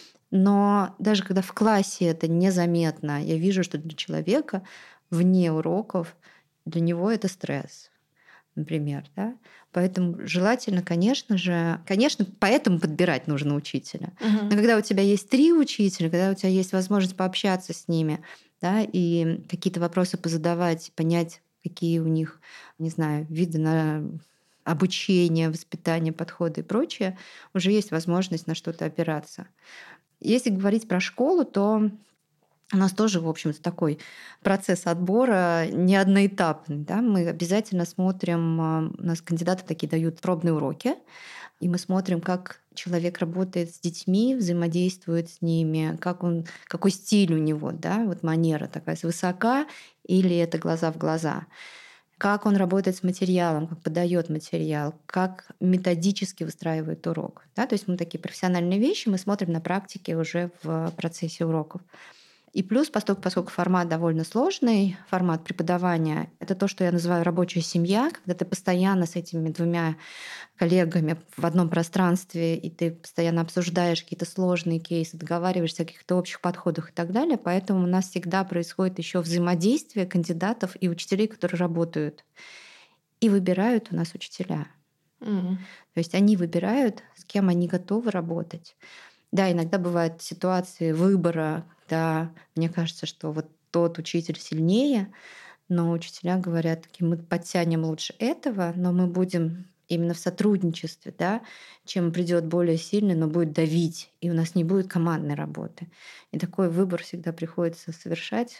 Но даже когда в классе это незаметно, я вижу, что для человека вне уроков для него это стресс, например. Да? Поэтому желательно, конечно же, конечно, поэтому подбирать нужно учителя. Мгм. Но когда у тебя есть три учителя, когда у тебя есть возможность пообщаться с ними, да, и какие-то вопросы позадавать, понять, какие у них, не знаю, виды на обучение, воспитание, подходы и прочее, уже есть возможность на что-то опираться. Если говорить про школу, то у нас тоже, в общем-то, такой процесс отбора не одноэтапный. Да? Мы обязательно смотрим, а, у нас кандидаты такие дают пробные уроки, и мы смотрим, как человек работает с детьми, взаимодействует с ними, как он, какой стиль у него, да? Вот манера такая свысока или это глаза в глаза. Как он работает с материалом, как подает материал, как методически выстраивает урок. Да? То есть мы такие профессиональные вещи мы смотрим на практике уже в процессе уроков. И плюс, поскольку, поскольку формат довольно сложный, формат преподавания, это то, что я называю рабочая семья, когда ты постоянно с этими двумя коллегами в одном пространстве, и ты постоянно обсуждаешь какие-то сложные кейсы, договариваешься о каких-то общих подходах и так далее. Поэтому у нас всегда происходит еще взаимодействие кандидатов и учителей, которые работают. И выбирают у нас учителя. Мгм. То есть они выбирают, с кем они готовы работать. Да, иногда бывают ситуации выбора, да, мне кажется, что вот тот учитель сильнее, но учителя говорят, такие, мы подтянем лучше этого, но мы будем именно в сотрудничестве, да, чем придет более сильный, но будет давить, и у нас не будет командной работы. И такой выбор всегда приходится совершать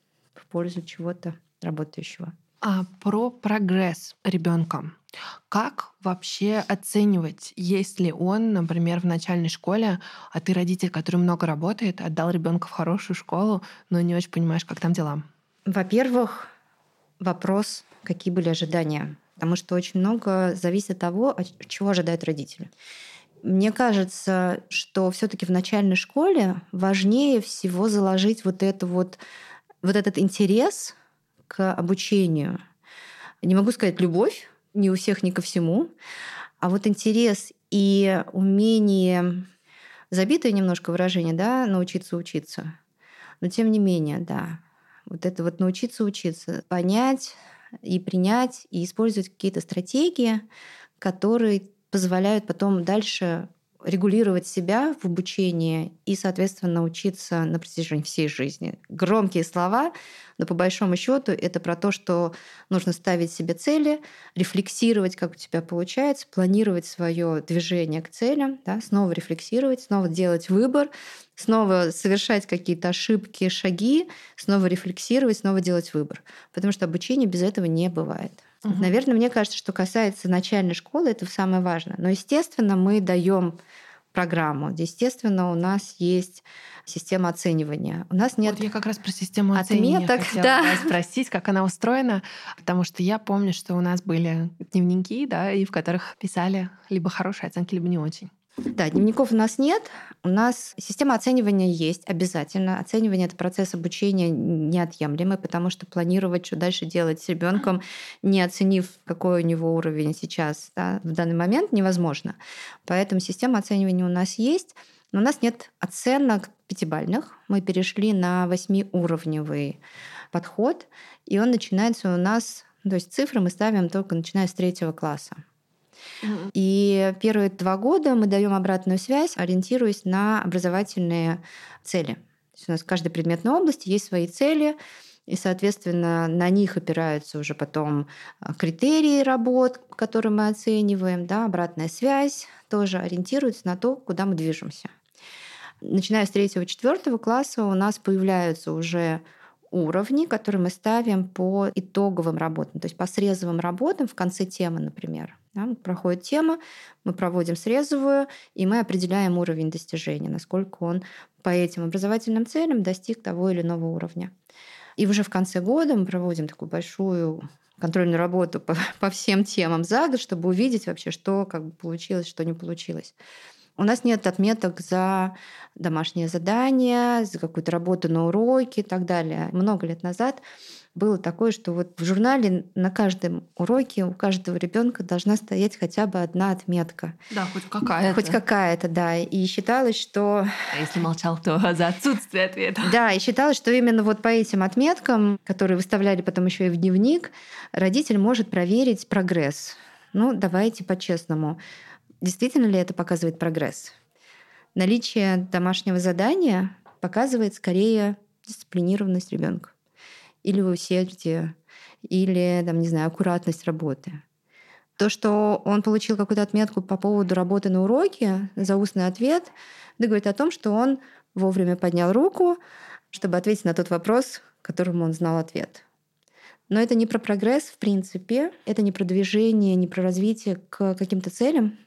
в пользу чего-то работающего. А про прогресс ребенка. Как вообще оценивать, есть ли он, например, в начальной школе, а ты родитель, который много работает, отдал ребенка в хорошую школу, но не очень понимаешь, как там дела? Во-первых, вопрос, какие были ожидания. Потому что очень много зависит от того, от чего ожидают родители. Мне кажется, что все-таки в начальной школе важнее всего заложить вот, это вот, вот этот интерес к обучению. Не могу сказать любовь, не у всех, не ко всему, а вот интерес и умение, забитое немножко выражение, да, научиться учиться. Но тем не менее, да, вот это вот научиться учиться, понять и принять, и использовать какие-то стратегии, которые позволяют потом дальше регулировать себя в обучении и, соответственно, учиться на протяжении всей жизни. Громкие слова, но по большому счету это про то, что нужно ставить себе цели, рефлексировать, как у тебя получается, планировать свое движение к целям, да, снова рефлексировать, снова делать выбор, снова совершать какие-то ошибки, шаги, снова рефлексировать, снова делать выбор. Потому что обучение без этого не бывает. Мгм. Наверное, мне кажется, что касается начальной школы, это самое важное. Но, естественно, мы даем программу. Естественно, у нас есть система оценивания. У нас нет Вот я как раз про систему оценивания отметок, хотела да. вас спросить, как она устроена, потому что я помню, что у нас были дневники, да, и в которых писали либо хорошие оценки, либо не очень. Да, дневников у нас нет. У нас система оценивания есть обязательно. Оценивание — это процесс обучения неотъемлемый, потому что планировать, что дальше делать с ребенком, не оценив, какой у него уровень сейчас, да, в данный момент, невозможно. Поэтому система оценивания у нас есть. Но у нас нет оценок пятибалльных. Мы перешли на восьмиуровневый подход, и он начинается у нас, то есть цифры мы ставим только начиная с третьего класса. Мгм. И первые два года мы даем обратную связь, ориентируясь на образовательные цели. То есть у нас в каждой предметной области есть свои цели, и, соответственно, на них опираются уже потом критерии работ, которые мы оцениваем, да, обратная связь тоже ориентируется на то, куда мы движемся. Начиная с третьего-четвертого класса у нас появляются уже уровни, которые мы ставим по итоговым работам, то есть по срезовым работам в конце темы, например. Да, проходит тема, мы проводим срезовую, и мы определяем уровень достижения, насколько он по этим образовательным целям достиг того или иного уровня. И уже в конце года мы проводим такую большую контрольную работу по, по всем темам за год, чтобы увидеть вообще, что как бы получилось, что не получилось. У нас нет отметок за домашнее задание, за какую-то работу на уроке и так далее. Много лет назад было такое, что вот в журнале на каждом уроке у каждого ребенка должна стоять хотя бы одна отметка. Да, хоть какая-то. Хоть какая-то, да. И считалось, что... А если молчал, то за отсутствие ответа. Да, и считалось, что именно вот по этим отметкам, которые выставляли потом еще и в дневник, родитель может проверить прогресс. Ну, давайте по-честному. Действительно ли это показывает прогресс? Наличие домашнего задания показывает скорее дисциплинированность ребенка или усердие, или, там, не знаю, аккуратность работы. То, что он получил какую-то отметку по поводу работы на уроке за устный ответ, это говорит о том, что он вовремя поднял руку, чтобы ответить на тот вопрос, которому он знал ответ. Но это не про прогресс, в принципе, это не про движение, не про развитие к каким-то целям.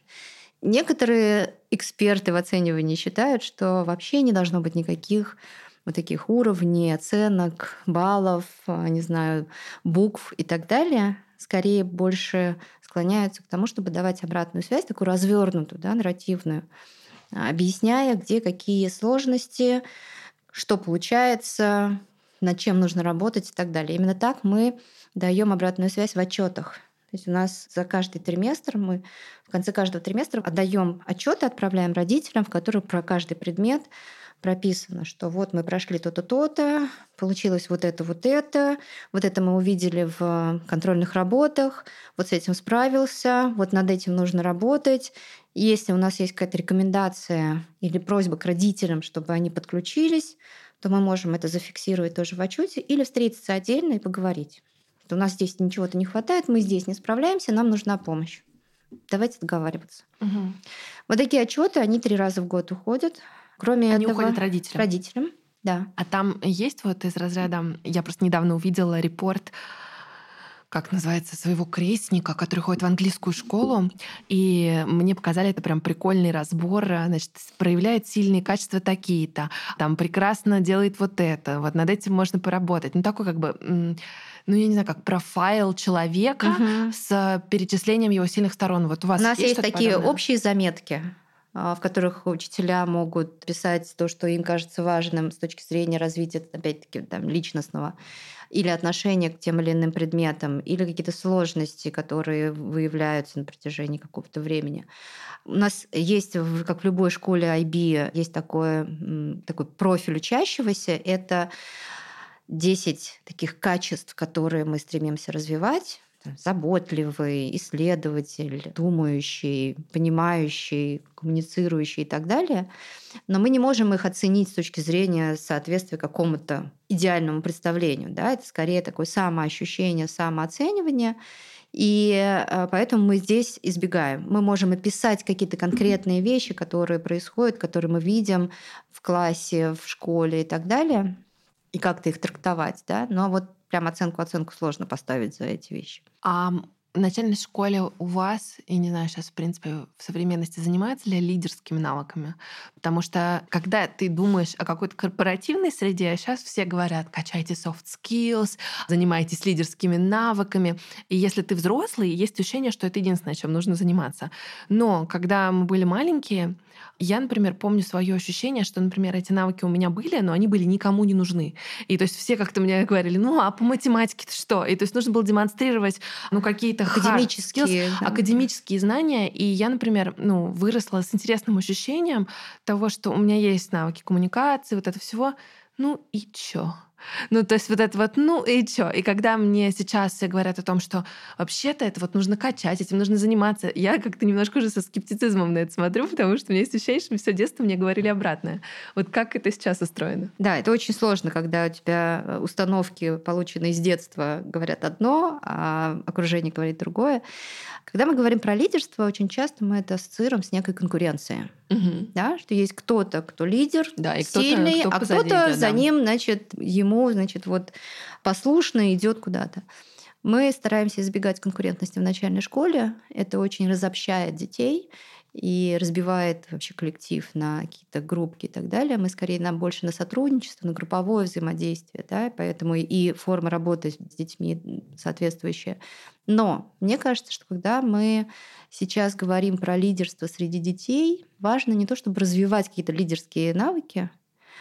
Некоторые эксперты в оценивании считают, что вообще не должно быть никаких вот таких уровней, оценок, баллов, не знаю, букв и так далее. Скорее больше склоняются к тому, чтобы давать обратную связь, такую развернутую, да, нарративную, объясняя, где какие сложности, что получается, над чем нужно работать и так далее. Именно так мы даем обратную связь в отчетах. То есть у нас за каждый триместр мы в конце каждого триместра отдаем отчеты, отправляем родителям, в которых про каждый предмет прописано, что вот мы прошли то-то, то-то, получилось вот это, вот это, вот это мы увидели в контрольных работах, вот с этим справился, вот над этим нужно работать. Если у нас есть какая-то рекомендация или просьба к родителям, чтобы они подключились, то мы можем это зафиксировать тоже в отчете или встретиться отдельно и поговорить. У нас здесь ничего-то не хватает, мы здесь не справляемся, нам нужна помощь. Давайте договариваться. Угу. Вот такие отчеты, они три раза в год уходят. Кроме Они этого, уходят родителям? Родителям, да. А там есть вот из разряда... Я просто недавно увидела репорт, как называется, своего крестника, который ходит в английскую школу, и мне показали это прям прикольный разбор, значит, проявляет сильные качества такие-то, там прекрасно делает вот это, вот над этим можно поработать. Ну, такой как бы, ну, я не знаю, как профайл человека Угу. с перечислением его сильных сторон. Вот у вас У нас есть, есть такие подобное? общие заметки, в которых учителя могут писать то, что им кажется важным с точки зрения развития, опять-таки, там, личностного, или отношения к тем или иным предметам, или какие-то сложности, которые выявляются на протяжении какого-то времени. У нас есть, как в любой школе ай би, есть такой, такой профиль учащегося. Это десять таких качеств, которые мы стремимся развивать. Заботливый, исследователь, думающий, понимающий, коммуницирующий и так далее. Но мы не можем их оценить с точки зрения соответствия какому-то идеальному представлению. Да? Это скорее такое самоощущение, самооценивание. И поэтому мы здесь избегаем. Мы можем описать какие-то конкретные вещи, которые происходят, которые мы видим в классе, в школе и так далее, и как-то их трактовать. Да? Но вот прям оценку-оценку сложно поставить за эти вещи. А в начальной школе у вас, и не знаю, сейчас, в принципе, в современности занимаются ли лидерскими навыками? Потому что когда ты думаешь о какой-то корпоративной среде, сейчас все говорят, качайте soft skills, занимайтесь лидерскими навыками. И если ты взрослый, есть ощущение, что это единственное, чем нужно заниматься. Но когда мы были маленькие, я, например, помню свое ощущение, что, например, эти навыки у меня были, но они были никому не нужны. И то есть все как-то мне говорили, ну а по математике-то что? И то есть нужно было демонстрировать ну, какие-то академические, skills, да. академические знания. И я, например, ну, выросла с интересным ощущением того, что у меня есть навыки коммуникации, вот это всего. Ну и чё? Ну, то есть вот это вот, ну и чё? И когда мне сейчас все говорят о том, что вообще-то это вот нужно качать, этим нужно заниматься, я как-то немножко уже со скептицизмом на это смотрю, потому что у меня есть ощущение, что все детство мне говорили обратное. Вот как это сейчас устроено? Да, это очень сложно, когда у тебя установки, полученные с детства, говорят одно, а окружение говорит другое. Когда мы говорим про лидерство, очень часто мы это ассоциируем с некой конкуренцией. Угу. Да, что есть кто-то, кто лидер, да, и сильный, кто-то, кто а кто-то идет, за да. ним, значит, ему, значит, вот послушно идет куда-то. Мы стараемся избегать конкурентности в начальной школе. Это очень разобщает детей и разбивает вообще коллектив на какие-то группки и так далее. Мы скорее нам больше на сотрудничество, на групповое взаимодействие, да, поэтому и форма работы с детьми соответствующая. Но мне кажется, что когда мы сейчас говорим про лидерство среди детей, важно не то, чтобы развивать какие-то лидерские навыки,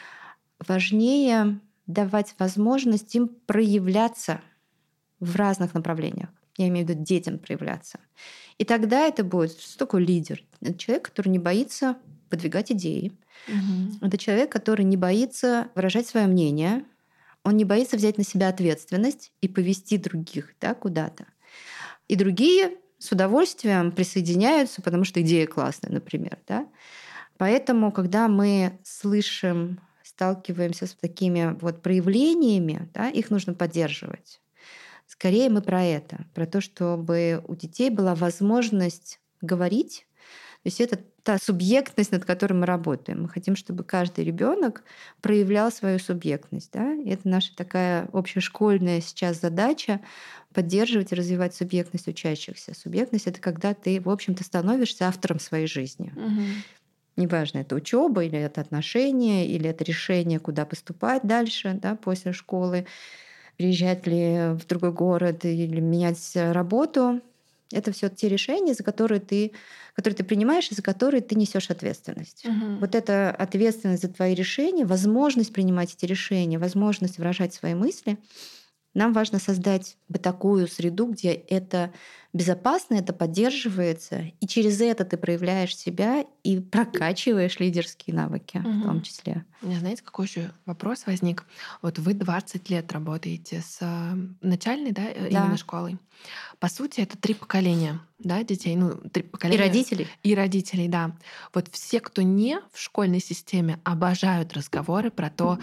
важнее давать возможность им проявляться в разных направлениях. Я имею в виду детям проявляться. И тогда это будет, что такое лидер? Это человек, который не боится выдвигать идеи. Угу. Это человек, который не боится выражать свое мнение. Он не боится взять на себя ответственность и повести других, да, куда-то. И другие с удовольствием присоединяются, потому что идея классная, например. Да? Поэтому, когда мы слышим, сталкиваемся с такими вот проявлениями, да, их нужно поддерживать. Скорее мы про это, про то, чтобы у детей была возможность говорить. То есть это та субъектность, над которой мы работаем. Мы хотим, чтобы каждый ребенок проявлял свою субъектность. Да? И это наша такая общешкольная сейчас задача — поддерживать и развивать субъектность учащихся. Субъектность — это когда ты, в общем-то, становишься автором своей жизни. Угу. Неважно, это учеба или это отношения, или это решение, куда поступать дальше, да, после школы, переезжать ли в другой город или менять работу. Это все те решения, за которые ты, которые ты принимаешь и за которые ты несешь ответственность. Угу. Вот эта ответственность за твои решения, возможность принимать эти решения, возможность выражать свои мысли, нам важно создать такую среду, где это безопасно, это поддерживается, и через это ты проявляешь себя и прокачиваешь лидерские навыки в том Мгм. числе. У меня, знаете, какой еще вопрос возник? Вот вы двадцать лет работаете с а, начальной, да, э, именно Да. школой. По сути, это три поколения, да, детей, ну, три И поколения родителей. и родителей, да. Вот все, кто не в школьной системе, обожают разговоры про то,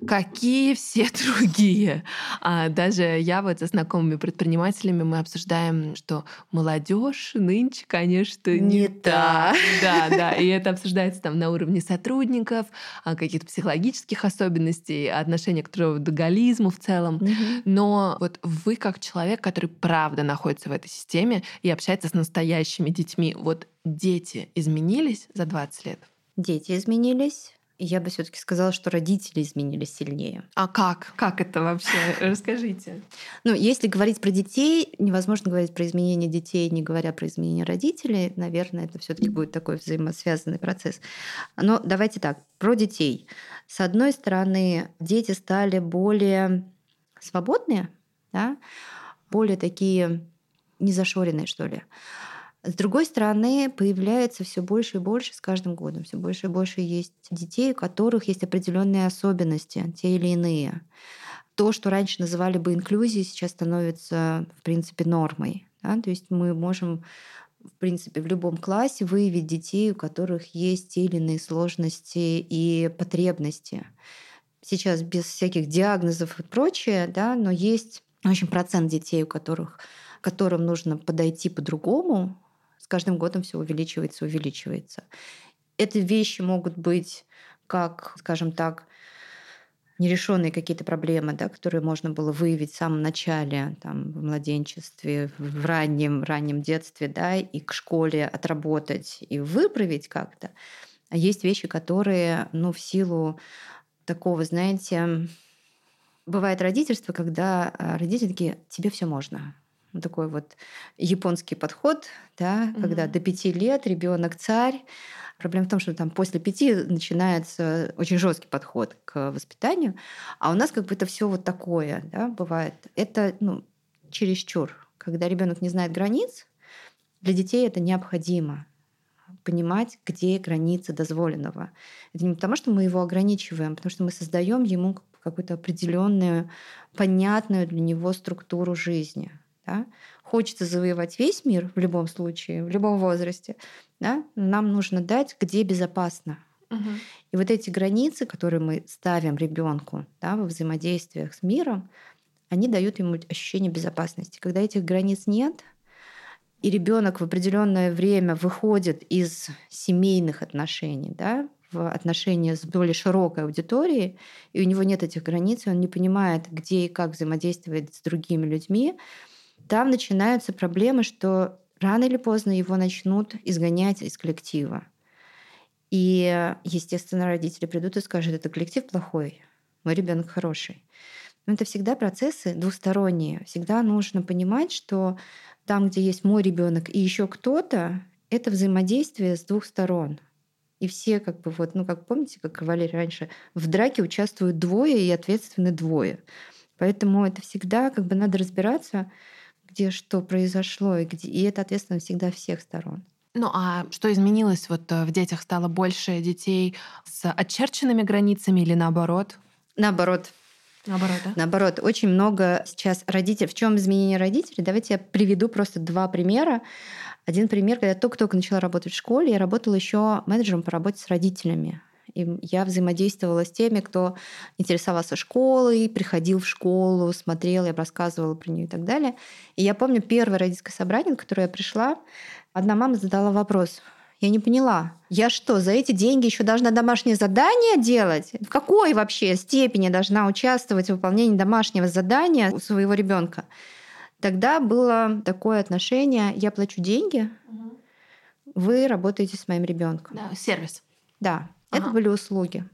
какие все другие. А даже я вот со знакомыми предпринимателями мы обсуждаем, что молодежь нынче, конечно, не Не та. та. Да, да, и это обсуждается там на уровне сотрудников, а, каких-то психологических особенностей, отношения к трудоголизму в целом. Мгм. Но вот вы как человек, который правда находится в этой системе и общается с настоящими детьми, вот дети изменились за двадцать лет? Дети изменились. И я бы все таки сказала, что родители изменились сильнее. А как? Как это вообще? Расскажите. Ну, если говорить про детей, невозможно говорить про изменения детей, не говоря про изменения родителей. Наверное, это все таки будет такой взаимосвязанный процесс. Но давайте так, про детей. С одной стороны, дети стали более свободные, да, более такие незашоренные, что ли. С другой стороны, появляется все больше и больше с каждым годом. Все больше и больше есть детей, у которых есть определенные особенности, те или иные. То, что раньше называли бы инклюзией, сейчас становится, в принципе, нормой. Да? То есть мы можем, в принципе, в любом классе выявить детей, у которых есть те или иные сложности и потребности. Сейчас без всяких диагнозов и прочее, да, но есть очень процент детей, у которых, которым нужно подойти по-другому, с каждым годом все увеличивается, увеличивается. Эти вещи могут быть как, скажем так, нерешенные какие-то проблемы, да, которые можно было выявить в самом начале, там, в младенчестве, в раннем, раннем детстве, да, и к школе отработать и выправить как-то. А есть вещи, которые, ну, в силу такого, знаете, бывает родительство, когда а, родители такие: тебе все можно. Вот такой вот японский подход, да, когда Мгм. до пяти лет ребенок царь. Проблема в том, что там после пяти начинается очень жесткий подход к воспитанию, а у нас как бы это все вот такое, да, бывает. Это, ну, чересчур. Когда ребенок не знает границ, для детей это необходимо понимать, где границы дозволенного. Это не потому, что мы его ограничиваем, а потому что мы создаем ему какую-то определенную, понятную для него структуру жизни. Да? Хочется завоевать весь мир в любом случае, в любом возрасте. Да? Нам нужно дать, где безопасно. Мгм. И вот эти границы, которые мы ставим ребенку, да, во взаимодействиях с миром, они дают ему ощущение безопасности. Когда этих границ нет, и ребенок в определенное время выходит из семейных отношений, да, в отношения с более широкой аудиторией, и у него нет этих границ, и он не понимает, где и как взаимодействовать с другими людьми, там начинаются проблемы, что рано или поздно его начнут изгонять из коллектива. И, естественно, родители придут и скажут: это коллектив плохой, мой ребенок хороший. Но это всегда процессы двусторонние. Всегда нужно понимать, что там, где есть мой ребенок и еще кто-то, это взаимодействие с двух сторон. И все как бы вот, ну как помните, как говорили раньше, в драке участвуют двое и ответственны двое. Поэтому это всегда как бы надо разбираться, где что произошло, и, где, и это ответственность всегда всех сторон. Ну а что изменилось? Вот э, в детях стало больше детей с очерченными границами или наоборот? Наоборот, Наоборот, да? наоборот, очень много сейчас родителей. В чем изменение родителей? Давайте я приведу просто два примера. Один пример, когда я только-только начала работать в школе, я работала еще менеджером по работе с родителями. И я взаимодействовала с теми, кто интересовался школой, приходил в школу, смотрел, я рассказывала про нее и так далее. И я помню первое родительское собрание, на которое я пришла, одна мама задала вопрос. Я не поняла, я что, за эти деньги еще должна домашнее задание делать? В какой вообще степени должна участвовать в выполнении домашнего задания у своего ребенка? Тогда было такое отношение: я плачу деньги, Мгм. вы работаете с моим ребенком. Да, сервис. Да, это Ага. были услуги.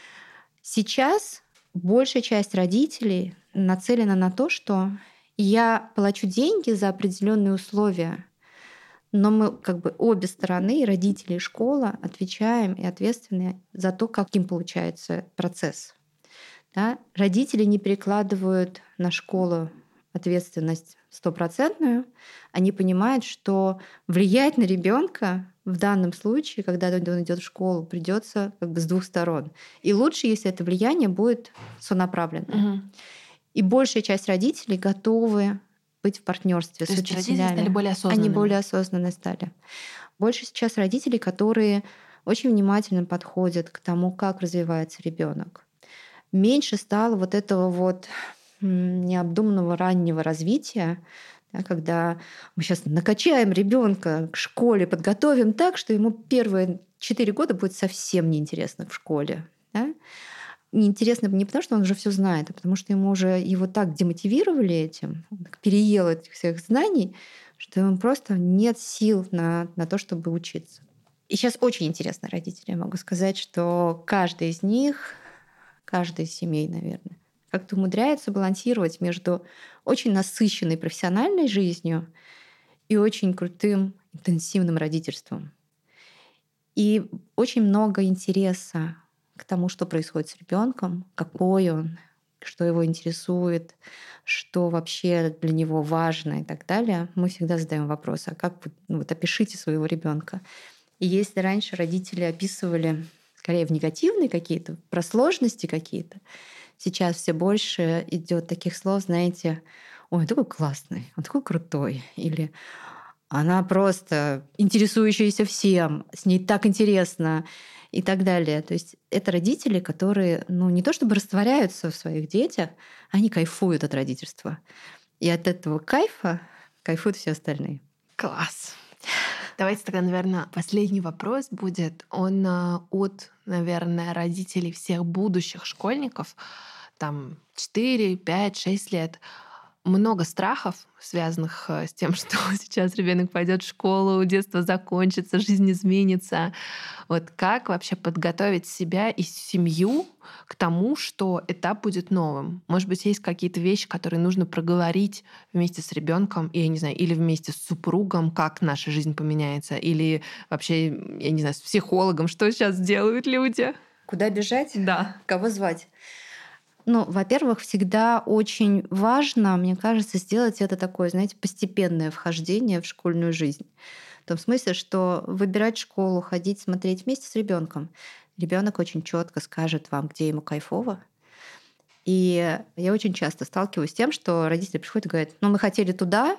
Сейчас большая часть родителей нацелена на то, что я плачу деньги за определенные условия, но мы как бы обе стороны, и родители, и школа, отвечаем и ответственны за то, каким получается процесс. Да? Родители не перекладывают на школу ответственность стопроцентную, они понимают, что влиять на ребенка в данном случае, когда он идет в школу, придется как бы с двух сторон. И лучше, если это влияние будет сонаправленное. Угу. И большая часть родителей готовы быть в партнерстве То с есть родители учителями. стали более осознанными. Они более осознанные стали. Больше сейчас родителей, которые очень внимательно подходят к тому, как развивается ребенок. Меньше стало вот этого вот необдуманного раннего развития, да, когда мы сейчас накачаем ребенка к школе, подготовим так, что ему первые четыре года будет совсем неинтересно в школе. Да? Неинтересно не потому, что он уже все знает, а потому что ему уже его так демотивировали этим, он переел этих всех знаний, что ему просто нет сил на, на то, чтобы учиться. И сейчас очень интересно родители. Я могу сказать, что каждый из них, каждая из семей, наверное, как-то умудряется балансировать между очень насыщенной профессиональной жизнью и очень крутым интенсивным родительством. И очень много интереса к тому, что происходит с ребенком, какой он, что его интересует, что вообще для него важно и так далее. Мы всегда задаем вопрос: а как вы, ну, вот опишите своего ребенка? И если раньше родители описывали скорее в негативные какие-то, про сложности какие-то, сейчас все больше идет таких слов, знаете, ой, он такой классный, он такой крутой, или она просто интересующаяся всем, с ней так интересно и так далее. То есть это родители, которые, ну, не то чтобы растворяются в своих детях, они кайфуют от родительства. И от этого кайфа кайфуют все остальные. Класс. Давайте тогда, наверное, последний вопрос будет. Он от, наверное, родителей всех будущих школьников, там четыре, пять, шесть лет. Много страхов, связанных с тем, что сейчас ребенок пойдет в школу, детство закончится, жизнь изменится. Вот как вообще подготовить себя и семью к тому, что этап будет новым? Может быть, есть какие-то вещи, которые нужно проговорить вместе с ребенком, и, я не знаю, или вместе с супругом, как наша жизнь поменяется, или вообще, я не знаю, с психологом, что сейчас делают люди? Куда бежать? Да. Кого звать? Ну, во-первых, всегда очень важно, мне кажется, сделать это такое, знаете, постепенное вхождение в школьную жизнь. В том смысле, что выбирать школу, ходить, смотреть вместе с ребенком. Ребенок очень четко скажет вам, где ему кайфово. И я очень часто сталкиваюсь с тем, что родители приходят и говорят: ну, мы хотели туда,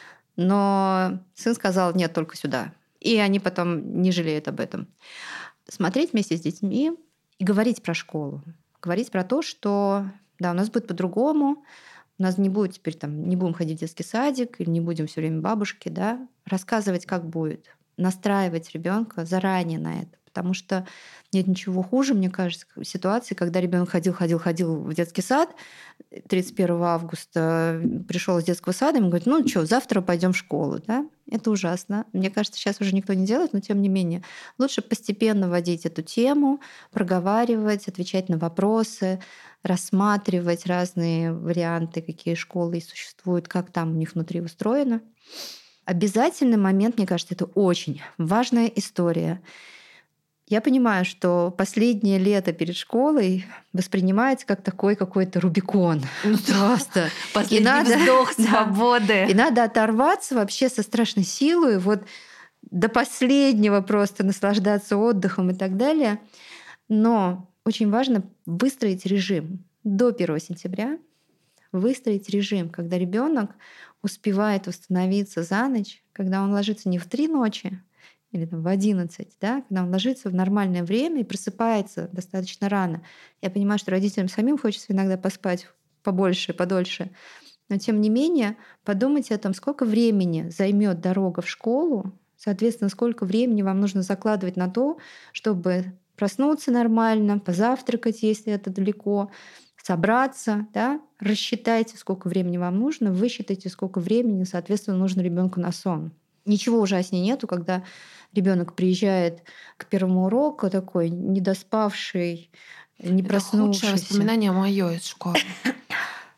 но сын сказал: нет, только сюда. И они потом не жалеют об этом. Смотреть вместе с детьми и говорить про школу. Говорить про то, что да, у нас будет по-другому, у нас не будет теперь там, не будем ходить в детский садик, или не будем все время бабушки, да, рассказывать, как будет, настраивать ребенка заранее на это. Потому что нет ничего хуже, мне кажется, ситуации, когда ребенок ходил, ходил, ходил в детский сад, тридцать первого августа пришел из детского сада, ему говорят: ну что, завтра пойдем в школу, да? Это ужасно. Мне кажется, сейчас уже никто не делает, но тем не менее лучше постепенно вводить эту тему, проговаривать, отвечать на вопросы, рассматривать разные варианты, какие школы существуют, как там у них внутри устроено. Обязательный момент, мне кажется, это очень важная история. Я понимаю, что последнее лето перед школой воспринимается как такой какой-то Рубикон. Ну, просто. Последний надо, вздох да, свободы. И надо оторваться вообще со страшной силой, вот до последнего просто наслаждаться отдыхом и так далее. Но очень важно выстроить режим до первого сентября, выстроить режим, когда ребенок успевает восстановиться за ночь, когда он ложится не в три ночи, или там в одиннадцать, да, когда он ложится в нормальное время и просыпается достаточно рано. Я понимаю, что родителям самим хочется иногда поспать побольше, подольше, но тем не менее подумайте о том, сколько времени займет дорога в школу, соответственно, сколько времени вам нужно закладывать на то, чтобы проснуться нормально, позавтракать, если это далеко, собраться, да, рассчитайте, сколько времени вам нужно, высчитайте, сколько времени, соответственно, нужно ребенку на сон. Ничего ужаснее нету, когда ребенок приезжает к первому уроку такой недоспавший, не проснувшийся. Это худшее воспоминание мое из школы.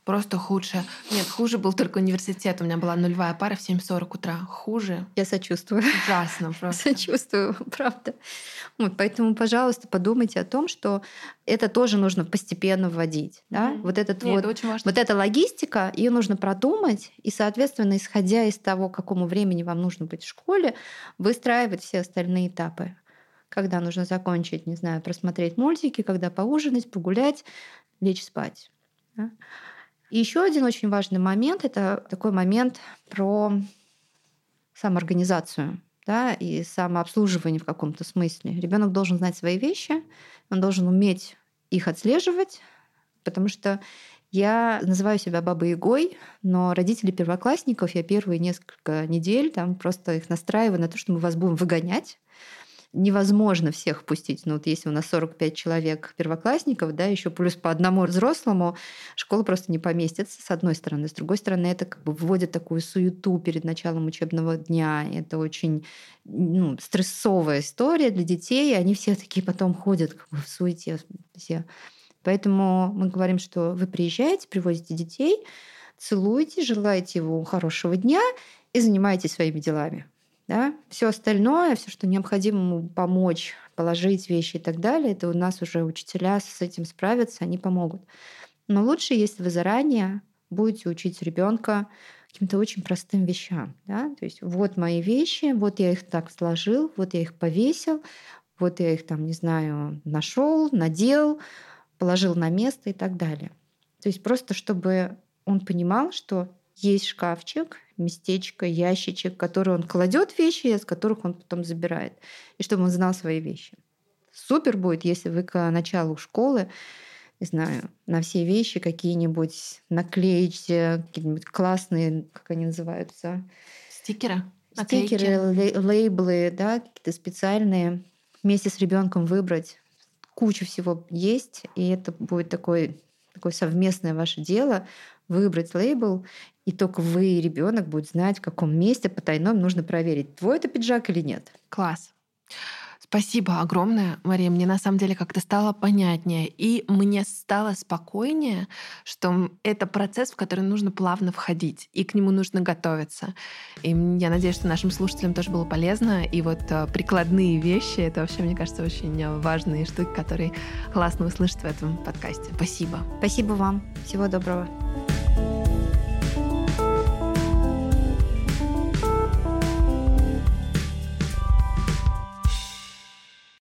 Просто худшее. Нет, хуже был только университет. У меня была нулевая пара в семь сорок утра. Хуже. Я сочувствую. Ужасно просто. Сочувствую, правда. Вот, поэтому, пожалуйста, подумайте о том, что это тоже нужно постепенно вводить. Да? Mm. Вот, этот Нет, вот, это очень важно. вот эта логистика, ее нужно продумать, и, соответственно, исходя из того, к какому времени вам нужно быть в школе, выстраивать все остальные этапы. Когда нужно закончить, не знаю, просмотреть мультики, когда поужинать, погулять, лечь спать. Да? И еще один очень важный момент — это такой момент про самоорганизацию, да, и самообслуживание в каком-то смысле. Ребенок должен знать свои вещи, он должен уметь их отслеживать, потому что я называю себя бабой-ягой, но родители первоклассников, я первые несколько недель там просто их настраиваю на то, что мы вас будем выгонять. Невозможно всех впустить. Ну, вот если у нас сорок пять человек первоклассников, да, еще плюс по одному взрослому, школа просто не поместится, с одной стороны. С другой стороны, это как бы вводит такую суету перед началом учебного дня. Это очень, ну, стрессовая история для детей, и они все такие потом ходят как бы в суете все. Поэтому мы говорим, что вы приезжаете, привозите детей, целуете, желаете его хорошего дня и занимаетесь своими делами. Да? Все остальное, все, что необходимо ему помочь, положить вещи и так далее, это у нас уже учителя с этим справятся, они помогут. Но лучше, если вы заранее будете учить ребенка каким-то очень простым вещам. Да? То есть вот мои вещи, вот я их так сложил, вот я их повесил, вот я их там, не знаю, нашел, надел, положил на место и так далее. То есть просто чтобы он понимал, что есть шкафчик, местечко, ящичек, в который он кладет вещи, из которых он потом забирает. И чтобы он знал свои вещи. Супер будет, если вы к началу школы, не знаю, на все вещи какие-нибудь наклеите, какие-нибудь классные, как они называются? Стикеры? Стикеры, лей- лейблы, да, какие-то специальные. Вместе с ребенком выбрать. Куча всего есть, и это будет такое, такое совместное ваше дело выбрать лейбл, и только вы и ребенок будут знать, в каком месте потайном нужно проверить, твой это пиджак или нет. Класс. Спасибо огромное, Мария. Мне на самом деле как-то стало понятнее. И мне стало спокойнее, что это процесс, в который нужно плавно входить, и к нему нужно готовиться. И я надеюсь, что нашим слушателям тоже было полезно. И вот э, прикладные вещи — это вообще, мне кажется, очень важные штуки, которые классно услышать в этом подкасте. Спасибо. Спасибо вам. Всего доброго.